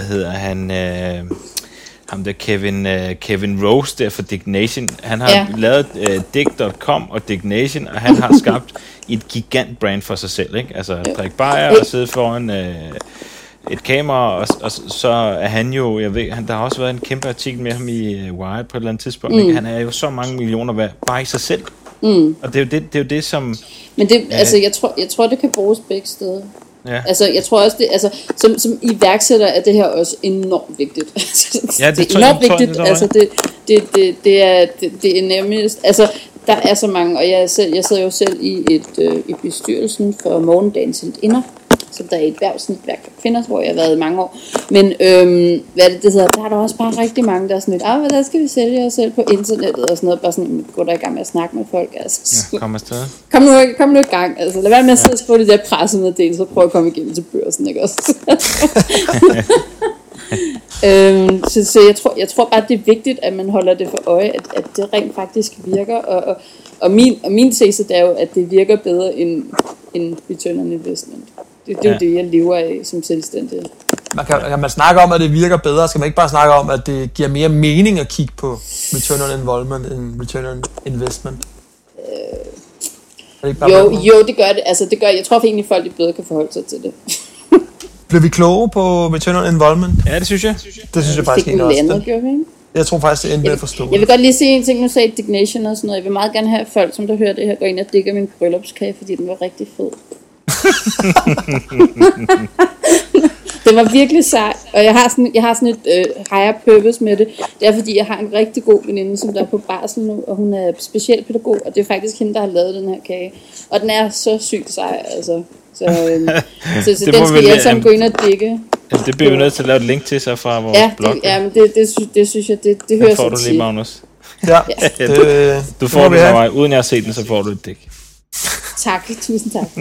ham der Kevin Rose der for Dignation, han har lavet Dig.com og Dignation, og han har skabt et gigant brand for sig selv, ikke? Altså drikke bajer og sidde foran et kamera, og så er han jo, jeg ved, der har også været en kæmpe artikel med ham i Wired på et eller andet tidspunkt, ikke? Han er jo så mange millioner værd, bare i sig selv. Og det er jo det som... Men det, altså jeg tror det kan bruges begge steder. Ja. Altså jeg tror også det, altså som iværksætter er det her også enormt vigtigt. Ja, det er enormt vigtigt. Altså det er nemmest. Altså der er så mange, og jeg sidder jo selv i bestyrelsen for Morgendagens Heltinder, som der er et erhvervsnetværk for kvinder, hvor jeg har været i mange år. Men hvad det hedder, der er der også bare rigtig mange, der er sådan lidt, hvad skal vi sælge os selv på internettet og sådan noget, bare sådan, gå der i gang med at snakke med folk, altså. Ja, kom afsted. Kom nu i gang, altså lad være med at sidde og få det der pressemeddelelse, så prøv at komme igennem til børsen, ikke også? Så jeg tror bare, det er vigtigt, at man holder det for øje, at det rent faktisk virker, og min tese det er jo, at det virker bedre end return on investment. Det er jo det, jeg lever af som selvstændig. Kan man snakke om, at det virker bedre? Skal man ikke bare snakke om, at det giver mere mening at kigge på return on involvement end return on investment? Jo, det gør det. Altså, det gør, jeg tror egentlig, folk bedre kan forholde sig til det. Bliver vi kloge på return on involvement? Ja, det synes jeg. Det synes jeg faktisk ikke også. Gjorde vi, ikke? Jeg tror faktisk, det endte med at forstå Jeg vil godt lige sige en ting, nu sagde Dignation og sådan noget. Jeg vil meget gerne have folk, som der hører det her, gå ind og digger min bryllupskage, fordi den var rigtig fed. Det var virkelig sejt, og jeg har sådan et higher purpose med det. Det er fordi, jeg har en rigtig god veninde, som der er på barsel nu, og hun er specialpædagog, og det er faktisk hende, der har lavet den her kage. Og den er så sygt sej, altså. Så den skal jeg sammen gå ind og digge. Altså, det bliver vi nødt til at lave et link til sig fra vores blog. Men det synes jeg, det hører sig til. får du lige, Magnus. Ja. Du får den af mig. Uden jeg har set den, så får du et dæk. Tak, tusind tak.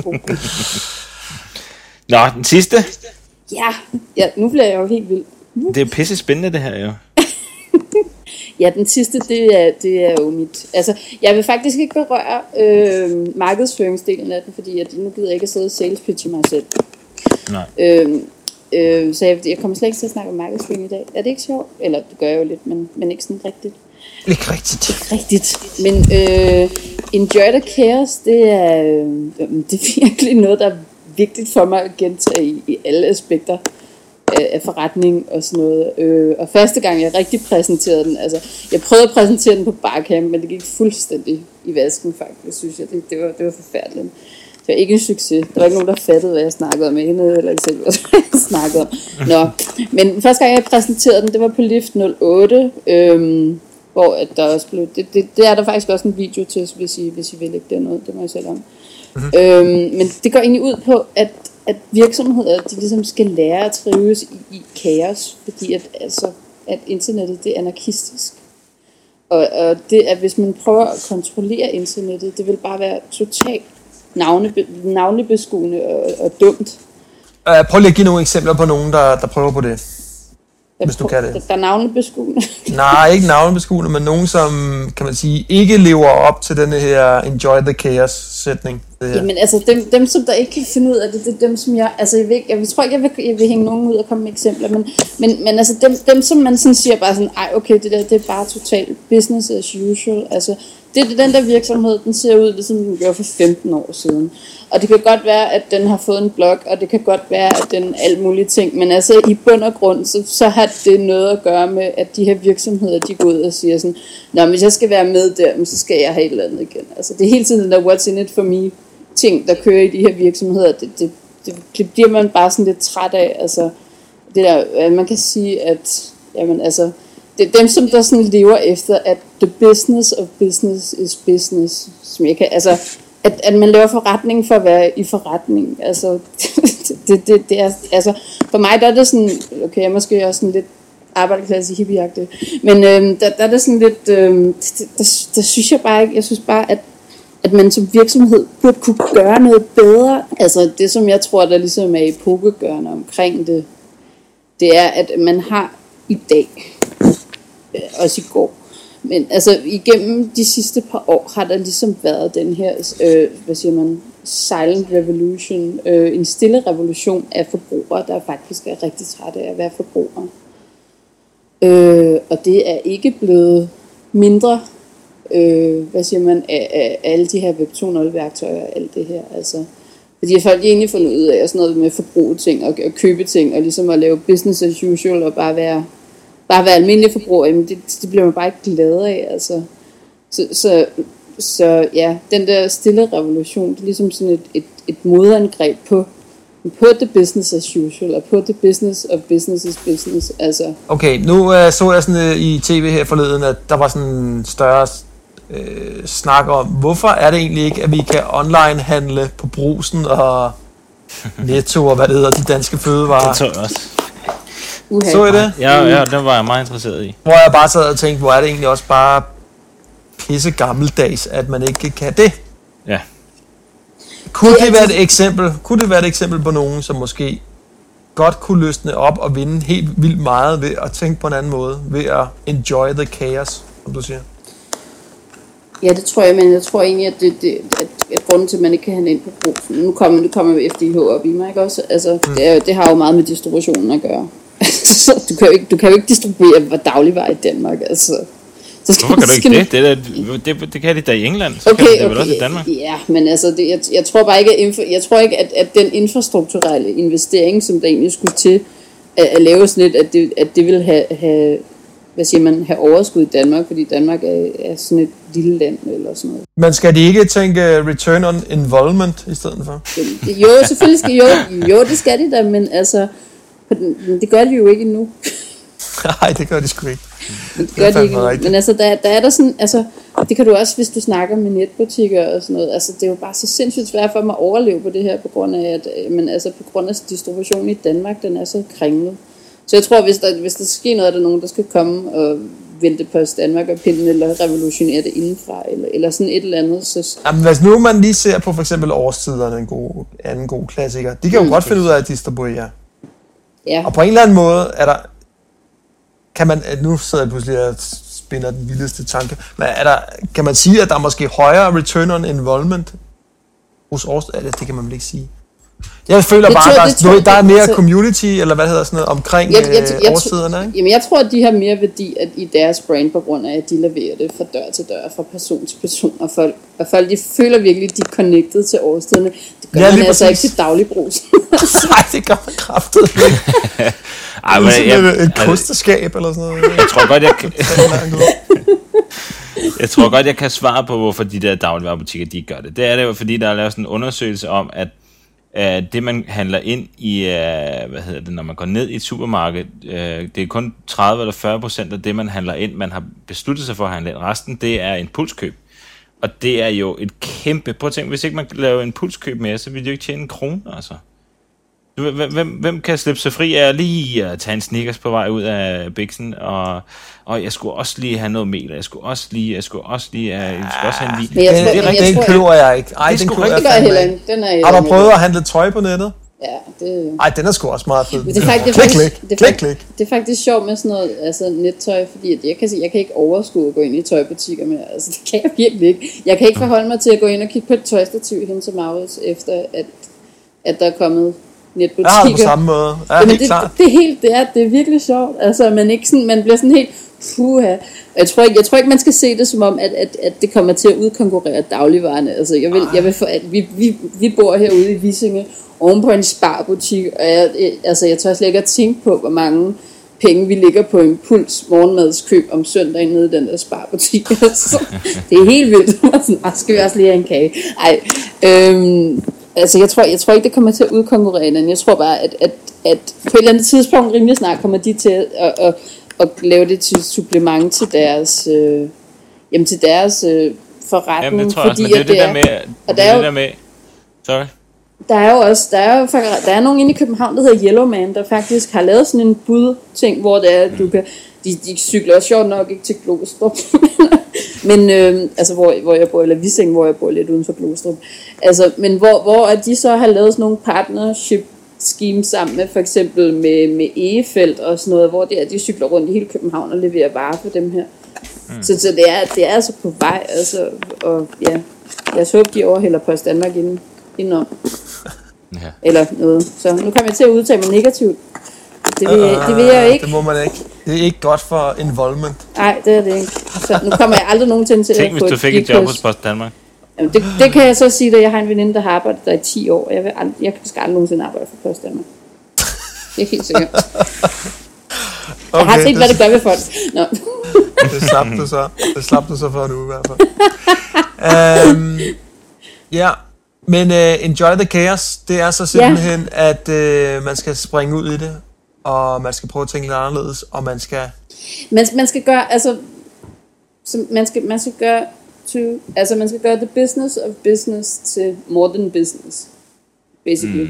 Nå, den sidste. Ja, nu bliver jeg jo helt vild. Det er jo pisse spændende, det her jo. Ja, den sidste, det er jo mit... Altså, jeg vil faktisk ikke berøre markedsføringsdelen af den, fordi nu gider jeg ikke at sidde og sales pitche mig selv. Nej. Så jeg kommer slet ikke til at snakke om markedsføring i dag. Er det ikke sjovt? Eller det gør jeg jo lidt, men ikke sådan rigtigt. Ikke rigtigt. Men Enjoy the Chaos, det er virkelig noget, der er vigtigt for mig at gentage i alle aspekter af forretning og sådan noget. Og første gang jeg rigtig præsenterede den, altså jeg prøvede at præsentere den på Barcamp, men det gik fuldstændig i vasken faktisk, synes jeg. Det var forfærdeligt. Det var ikke en succes. Der var ikke nogen, der fattede, hvad jeg snakkede om. Eller ikke selv, hvad jeg snakkede om. Nå. Men første gang jeg præsenterede den, det var på Lift 08, hvor at der også blev... Det er der faktisk også en video til, hvis I vil lægge det noget. Det må jeg selv om. Men det går egentlig ud på, at virksomheder, de ligesom skal lære at trives i kaos, fordi at internettet, det er anarkistisk. Og det, at hvis man prøver at kontrollere internettet, det vil bare være totalt navnebeskuende og dumt. Prøv lige at give nogle eksempler på nogen, der prøver på det. Hvis du kan det. Der er navnebeskuende. Nej, ikke navnebeskuende, men nogen, som, kan man sige, ikke lever op til denne her Enjoy the Chaos-sætning. Jamen altså, dem som der ikke kan finde ud af det, det er dem, som jeg... Altså, jeg tror ikke, jeg vil hænge nogen ud og komme med eksempler, men altså, dem som man sådan siger bare sådan, ej, okay, det er bare totalt business as usual. Altså, det er den der virksomhed, den ser ud, ligesom den gjorde for 15 år siden. Og det kan godt være, at den har fået en blog, og det kan godt være, at den alt mulige ting, men altså i bund og grund, så har det noget at gøre med, at de her virksomheder, de går ud og siger sådan, nå, hvis jeg skal være med der, så skal jeg have et eller andet igen. Altså det er hele tiden der what's in it for me ting, der kører i de her virksomheder, det bliver man bare sådan lidt træt af. Altså det der, man kan sige, at jamen altså, det er dem, som der sådan lever efter, at the business of business is business, som jeg kan, altså at man laver forretning for at være i forretning. Altså det er, altså for mig der er det sådan, okay, jeg måske også sådan lidt arbejderklasse hippieagtig, men der er det sådan lidt, der synes jeg bare ikke, jeg synes bare, at man som virksomhed burde kunne gøre noget bedre. Altså det, som jeg tror, der ligesom er epokegørende omkring det er, at man har i dag, også i går, men altså igennem de sidste par år har der ligesom været den her, hvad siger man, silent revolution, en stille revolution af forbrugere, der faktisk er rigtig trætte af at være forbrugere. Og det er ikke blevet mindre, hvad siger man, af alle de her Web 2.0 værktøjer og alt det her, altså. Fordi folk egentlig fundet ud af sådan noget med forbruge ting og købe ting, og ligesom at lave business as usual og bare være almindelig forbruger, jamen det bliver man bare ikke glad af, altså. Så ja, den der stille revolution, det er ligesom sådan et modangreb på the business as usual, og på the business of business is business, altså. Okay, nu så jeg sådan i tv her forleden, at der var sådan en større snak om, hvorfor er det egentlig ikke, at vi kan online handle på Brugsen og Netto og hvad det hedder, de danske fødevarer. Det tror jeg også. Så I det? Ja, den var jeg meget interesseret i. Hvor jeg bare sad og tænkte, hvor er det egentlig også bare pisse gammeldags, at man ikke kan det. Ja. Kunne det være et eksempel på nogen, som måske godt kunne løsne op og vinde helt vildt meget ved at tænke på en anden måde, ved at enjoy the chaos, som du siger? Ja, det tror jeg, men jeg tror egentlig, at grunden til, at man ikke kan handle ind på Brugsen, nu kommer FDH op i mig, ikke også? Altså, det har jo meget med distributionen at gøre. Så du kan jo ikke distribuere dagligvarer i Danmark, altså. Hvorfor kan du ikke det? Det kan de da i England, så kan det vel også i Danmark. Ja, men altså, jeg tror bare ikke, at den infrastrukturelle investering, som der egentlig skulle til at lave sådan lidt, at det vil have hvad siger man, have overskud i Danmark, fordi Danmark er sådan et lille land eller sådan noget. Men skal de ikke tænke return on involvement i stedet for? Jo, selvfølgelig skal jo, det skal de da, men altså, det gør de jo ikke endnu. Nej, det gør de sgu ikke. Det gør de ikke endnu. Men altså, der er der sådan, altså, det kan du også, hvis du snakker med netbutikker og sådan noget, altså, det er jo bare så sindssygt svært for mig at overleve på det her, på grund af, på grund af distributionen i Danmark, den er så kringlet. Så jeg tror, hvis der sker noget, er der nogen, der skal komme og vælte Post Danmark og pinden, eller revolutionere det indenfra, eller sådan et eller andet. Så... Jamen, hvis nu man lige ser på for eksempel Årstiderne, en god klassiker, de kan jo godt finde ud af at distribuere. Ja. Og på en eller anden måde er der, kan man, nu sidder jeg pludselig og spinder den vildeste tanke, men kan man sige, at der er måske højere return on involvement hos Årstiderne? Det kan man vel ikke sige. Jeg føler bare, at der er mere community, eller hvad hedder sådan noget, omkring Årstiderne, ikke? Jamen, jeg tror, at de har mere værdi i deres brand, på grund af, at de leverer det fra dør til dør, fra person til person, og folk de føler virkelig, at de er connected til Årstiderne. Det gør man altså ikke til dagligbrug. Nej, det gør man kraftigt ikke. Ej, men et kosteskab, eller sådan noget. Jeg tror godt, jeg kan svare på, hvorfor de der dagligvarebutikker, de gør det. Det er det jo, fordi der er lavet sådan en undersøgelse om, at det man handler ind i, når man går ned i et supermarked, det er kun 30 eller 40% af det man handler ind, man har besluttet sig for at handle ind. Resten, det er impulskøb. Og det er jo et kæmpe, prøv at tænke, hvis ikke man laver impulskøb mere, så vil det jo ikke tjene en krone, altså. Hvem kan slippe sig fri af lige at tage en Snickers på vej ud af biksen, og jeg skulle også lige have noget mel, jeg skulle også have en vin. Den køber jeg ikke. Ej, den køber jeg heller ikke. Har du prøvet at handle tøj på nettet? Ja, det... Ej, den er sgu også meget fed. Det er faktisk sjovt med sådan noget, altså nettøj, fordi jeg kan ikke overskue at gå ind i tøjbutikker mere. Altså, det kan jeg virkelig ikke. Jeg kan ikke forholde mig til at gå ind og kigge på et tøjstativ hen til Maurits, efter at der er kommet netbutikker. Jeg har det på samme måde. Ja, helt klart. Det er virkelig sjovt. Altså, man bliver sådan helt puha. Jeg tror ikke, man skal se det som om, at det kommer til at udkonkurrere dagligvarerne. Altså, jeg vil for, at vi bor herude i Vissinge, oven på en sparbutik, og jeg tør slet ikke at tænke på, hvor mange penge vi ligger på Impuls morgenmadskøb om søndagen nede i den der sparbutik. Altså, det er helt vildt. Skal vi også lige have en kage? Ej, altså, jeg tror ikke, det kommer til at udkonkurrere hinanden. Jeg tror bare, at på et eller andet tidspunkt, rimelig snart, kommer de til at lave det til supplement til deres, forretning. Jamen, det tror jeg også, men det er det der med... Sorry. Der er nogen inde i København, der hedder Yellowman, der faktisk har lavet sådan en budting, hvor det er, du kan... De cykler også sjovt nok ikke til Glostrup, men altså hvor jeg bor, eller Vissing, hvor jeg bor lidt uden for Glostrup. Altså, men hvor at de så har lavet sådan nogle partnership schemes sammen med, for eksempel med Egefeldt og sådan noget, hvor de cykler rundt i hele København og leverer varer for dem her. Så det er altså på vej, altså, og ja, jeg håber, de overhælder Post Danmark indenom. Ja. Eller noget. Så nu kommer jeg til at udtale mig negativt. Det vil jeg ikke. Det må man ikke. Det er ikke godt for involvement. Nej, det er det ikke. Så nu kommer jeg aldrig nogensinde til at få Tænk, hvis du fik et job hos Post Danmark. Jamen, det kan jeg så sige, at jeg har en veninde, der har arbejdet der i 10 år. Jeg skal aldrig nogensinde arbejde for Post Danmark. Det er helt sikkert. Okay, jeg har set, hvad det gør ved folk. Nå. Det slap du så for nu i hvert fald. Ja, men enjoy the chaos. Det er så simpelthen, at man skal springe ud i det, og man skal prøve at tænke lidt anderledes, og man skal... Man skal gøre, altså... Man skal gøre the business of business til more than business, basically.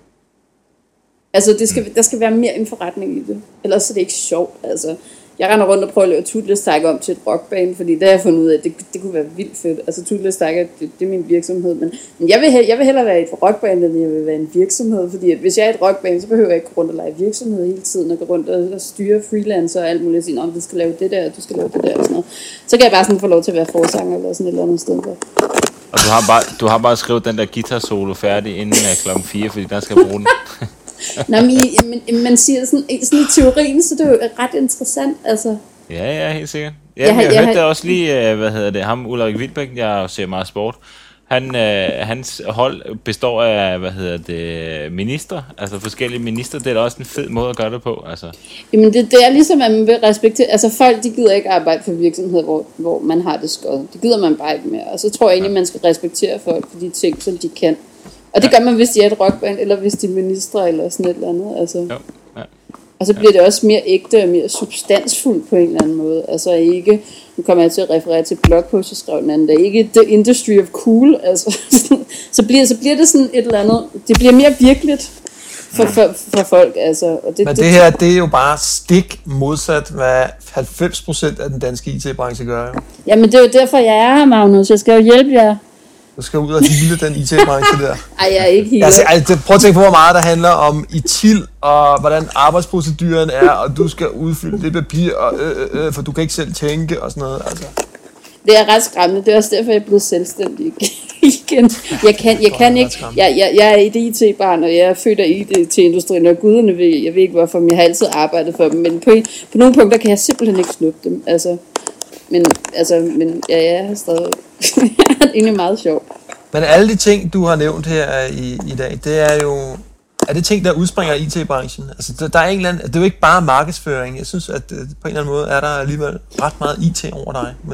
Altså, der skal være mere en forretning i det. Ellers er det ikke sjovt, altså. Jeg render rundt og prøver at lave Toothless Tiger om til et rockband, fordi det har jeg fundet ud af, at det kunne være vildt fedt. Altså, Toothless Tiger, det er min virksomhed, men jeg vil hellere være et rockband, end jeg vil være en virksomhed, fordi at hvis jeg er et rockband, så behøver jeg ikke gå rundt og lege virksomhed hele tiden, og gå rundt og styre freelancer og alt muligt, og sige, du skal lave det der, du skal lave det der, og sådan noget. Så kan jeg bare sådan få lov til at være forsanger, eller sådan et eller andet sted. Og du har bare skrevet den der guitar solo færdig inden klokken 4, fordi der skal bruge den. Nå, men man siger sådan i teorien, så det er jo ret interessant, altså. Ja, helt sikkert. Ja, jeg hørte da også lige, ham Ulrik Wilbæk, jeg ser meget sport. hans hold består af, ministre, altså forskellige ministre. Det er da også en fed måde at gøre det på, altså. Jamen det er ligesom, at man vil respektere, altså folk, de gider ikke arbejde for virksomheder, hvor man har det skødt. Det gider man bare ikke mere. Og så tror jeg egentlig, man skal respektere folk for de ting, som de kan. Og det gør man, hvis de er et rockband, eller hvis de er ministre, eller sådan et eller andet, altså. Jo. Ja. Og så bliver det også mere ægte og mere substansfuldt på en eller anden måde. Altså ikke, nu kommer jeg til at referere til blogpost, jeg skrev den anden dag, ikke the industry of cool, altså. så bliver det sådan et eller andet, det bliver mere virkeligt for folk, altså. Og men det her, det er jo bare stik modsat, hvad 90% af den danske IT-branche gør, jo. Jamen det er jo derfor, jeg er her, Magnus, jeg skal jo hjælpe jer. Du skal ud og hele den IT-branche der. Ej, jeg er ikke helt. Altså, prøv at tænke på, hvor meget der handler om ITIL, og hvordan arbejdsproceduren er, og du skal udfylde det papir, og, for du kan ikke selv tænke, og sådan noget. Altså. Det er ret skræmmende. Det er også derfor, jeg er blevet selvstændig igen. Jeg kan ikke. Jeg er et IT-barn, og jeg er født af IT-industrien, og guderne ved, jeg ved ikke hvorfor, men jeg har altid arbejdet for dem. Men på nogle punkter kan jeg simpelthen ikke snuppe dem. Men jeg har stadig det er egentlig meget sjovt. Men alle de ting, du har nævnt her i dag, det er jo... Er det ting, der udspringer af IT-branchen? Altså, der er en eller anden, det er jo ikke bare markedsføring. Jeg synes, at på en eller anden måde er der alligevel ret meget IT over dig. Men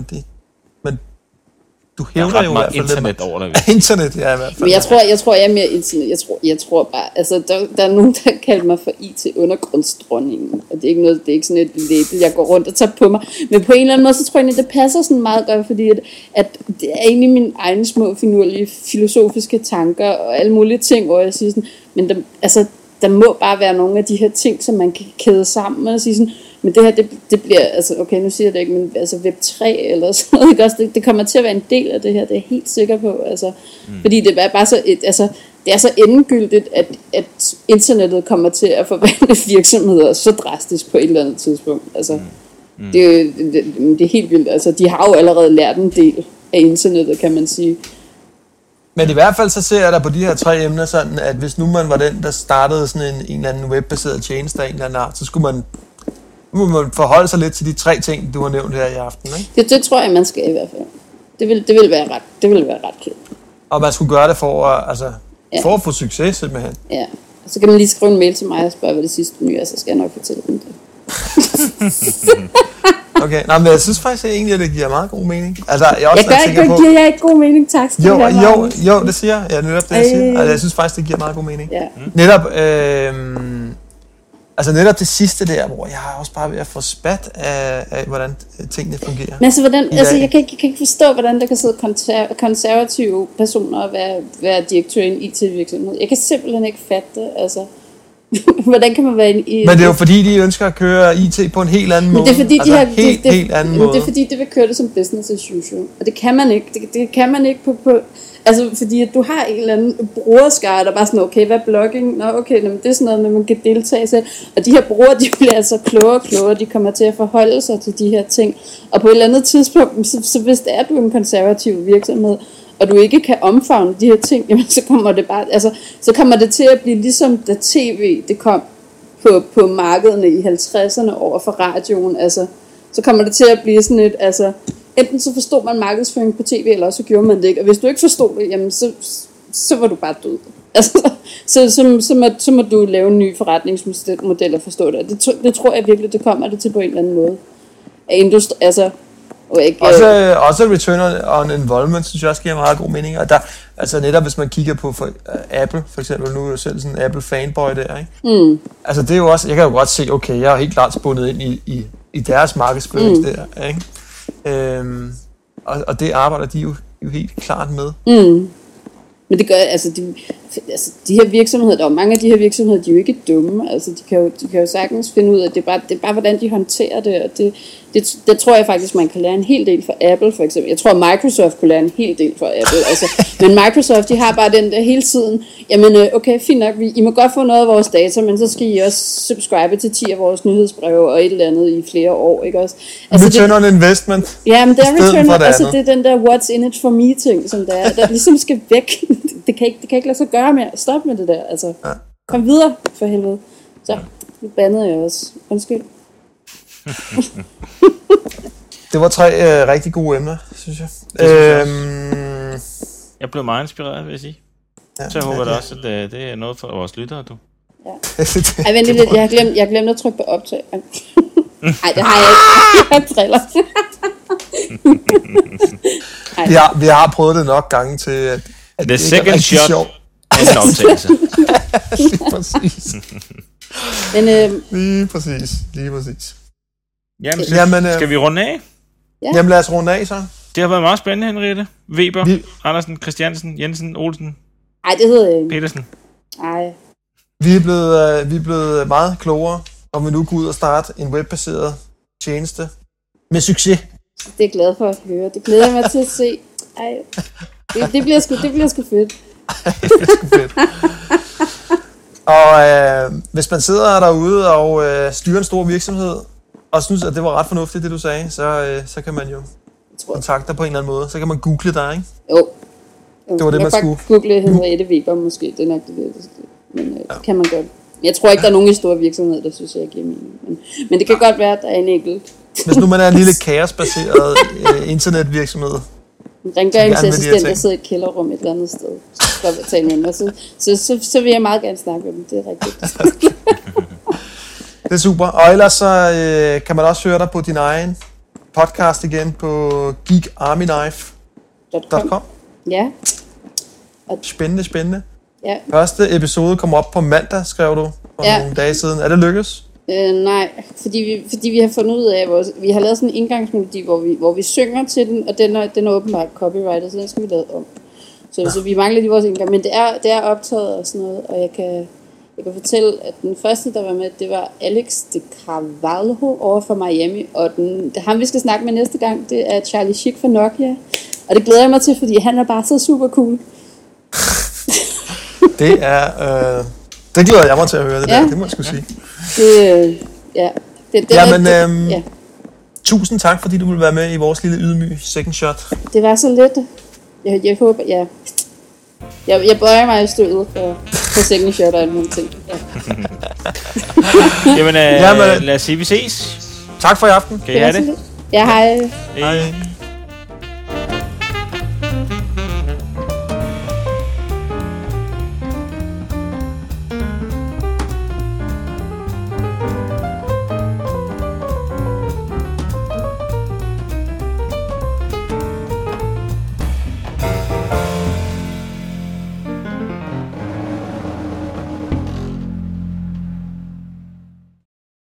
du hævder jo i hvert fald internet over dig. Internet, ja, i hvert fald. Men jeg tror, jeg er mere internet. Jeg tror bare, altså, der er nogen, der kalder mig for IT-undergrundsdronningen. Og det er ikke noget, det er ikke sådan et label, jeg går rundt og tager på mig. Men på en eller anden måde, så tror jeg, at det passer sådan meget godt, fordi at det er egentlig mine egne små, finurlige, filosofiske tanker og alle mulige ting, hvor jeg siger sådan, men der må bare være nogle af de her ting, som man kan kæde sammen og sige sådan, men det her, det bliver, altså okay, nu siger jeg det ikke, men altså Web 3 eller sådan noget, ikke også? Det kommer til at være en del af det her, det er jeg helt sikker på, altså. Fordi det er bare så, det er så endegyldigt, at internettet kommer til at forvandle virksomheder så drastisk på et eller andet tidspunkt, altså. Det er helt vildt, altså de har jo allerede lært en del af internettet, kan man sige. Men i hvert fald så ser jeg der på de her 3 emner sådan, at hvis nu man var den, der startede sådan en eller anden webbaseret tjeneste af en eller anden art, så skulle man forholde sig lidt til de 3 ting, du har nævnt her i aften, ikke? Det tror jeg, man skal i hvert fald. Det vil være ret kedeligt. Og man skulle gøre det for at få succes, simpelthen. Ja, og så kan man lige skrive en mail til mig og spørge, hvad det sidste nye er, så skal jeg nok fortælle dem det. Okay, men jeg synes faktisk egentlig, at det giver meget god mening. Altså, giver jeg ikke god mening, tak skal du have. Jo, det siger jeg. Netop det, jeg siger. Altså, jeg synes faktisk, det giver meget god mening. Ja. Netop det sidste der, hvor jeg har også bare ved at få spat af hvordan tingene fungerer. Men jeg kan ikke forstå, hvordan der kan sidde konservative personer og være direktør i en IT-virksomhed. Jeg kan simpelthen ikke fatte det, altså. Hvordan kan man være men det er jo fordi, de ønsker at køre IT på en helt anden måde. Det er fordi, helt anden måde. Det er fordi, det vil køre det som business as usual. Og det kan man ikke. Det kan man ikke på altså, fordi at du har en eller anden brugerskare, der bare sådan, okay, hvad er blogging? Nå, okay, det er sådan noget, man kan deltage selv. Og de her brugere, de bliver altså klogere og klogere. De kommer til at forholde sig til de her ting. Og på et eller andet tidspunkt, så hvis det er, du er en konservativ virksomhed, og du ikke kan omfavne de her ting, jamen så kommer det bare, altså, så kommer det til at blive ligesom da tv, det kom på markederne i 50'erne over for radioen, altså, så kommer det til at blive sådan et, altså, enten så forstod man markedsføring på tv, eller også så gjorde man det ikke, og hvis du ikke forstod det, jamen så var du bare død. Altså, så må du lave en ny forretningsmodel og forstå det, det tror jeg virkelig, det kommer det til på en eller anden måde. Altså, også return on involvement, synes jeg også giver meget god mening. Og der, altså netop hvis man kigger på Apple, for eksempel, nu er jeg selv sådan en Apple fanboy der, ikke? Altså det er jo også, jeg kan jo godt se, okay, jeg er helt klart spundet ind i deres markedsføring der, ikke? Og det arbejder de jo helt klart med. Men det gør, altså de her virksomheder, der er mange af de her virksomheder, de er jo ikke dumme, altså de kan jo sagtens finde ud af, det er bare hvordan de håndterer det, og det tror jeg faktisk, man kan lære en hel del fra Apple, for eksempel. Jeg tror, Microsoft kunne lære en hel del fra Apple, altså, men Microsoft, de har bare den der hele tiden, jamen okay, fint nok, I må godt få noget af vores data, men så skal I også subscribe til 10 af vores nyhedsbreve og et eller andet i flere år, ikke også? Altså, return on investment. Ja, men det er return on, altså det er den der what's in it for me ting, som der ligesom skal væk. Det kan ikke lade sig gøre mere. Stop med det der, altså. Ja. Kom videre, for helvede. Så, nu bandede jeg også. Undskyld. Det var 3 rigtig gode emner, synes jeg. Jeg blev meget inspireret, vil jeg sige. Ja, Så jeg håber da også, at det er noget for vores lyttere, du. Ja. Ej, vent lidt, jeg har glemt at trykke på optag. Ej, det har jeg ikke. Jeg driller. Vi har prøvet det nok gange til, at The det second er rigtig shot sjovt. er en optagelse. Lige præcis. Men, Lige præcis. Jamen, Jamen, skal vi runde af? Ja. Jamen lad os runde af så. Det har været meget spændende, Henriette. Weber, Andersen, Christiansen, Jensen, Olsen, ej, det hedder jeg ikke. Petersen. Ej. Vi er blevet meget klogere, om vi nu går ud og starte en webbaseret tjeneste med succes. Det er jeg glad for at høre. Det glæder jeg mig til at se. Ej. Det bliver sgu fedt. Fedt. Og hvis man sidder derude og styrer en stor virksomhed, og synes, at det var ret fornuftigt, det du sagde, så kan man jo kontakte dig på en eller anden måde. Så kan man google dig, ikke? Jo. Det var det, man skulle. Google Henriette Weber måske. Det er nok det. Men det kan man godt. Jeg tror ikke, der er nogen i store virksomheder, der synes, jeg giver mening. Men det kan godt være, at der er en enkelt. Hvis nu man er en lille kaosbaseret internetvirksomhed. Rengøringsassistent, der sidder i et kælderrum et eller andet sted. Så skal jeg tage med mig. Så vil jeg meget gerne snakke med dem. Det er rigtigt. Det er super. Og ellers så kan man også høre dig på din egen podcast igen på geekarmyknife.com. Ja. Spændende. Ja. Første episode kom op på mandag, skrev du for nogle dage siden. Er det lykkes? Nej, fordi vi har fundet ud af, at vi har lavet sådan en indgangsmelodi, hvor vi synger til den, og den er åbenbart copyrightet, så den skal vi lave om. Så vi mangler lige vores indgang, men det er optaget og sådan noget, og jeg kan fortælle, at den første, der var med, det var Alex de Carvalho over fra Miami, og ham vi skal snakke med næste gang, det er Charlie Schick fra Nokia, og det glæder jeg mig til, fordi han er bare så super cool. Det er... det glæder jeg mig til at høre, det må jeg sgu sige. Tusind tak, fordi du ville være med i vores lille ydmyge second shot. Det var så let. Jeg håber, jeg bøjer mig i stødet for second shot og alle mulige ting. Jamen, lad os sige, vi ses. Tak for i aften. Kan I have det? Ja, hej. Hej.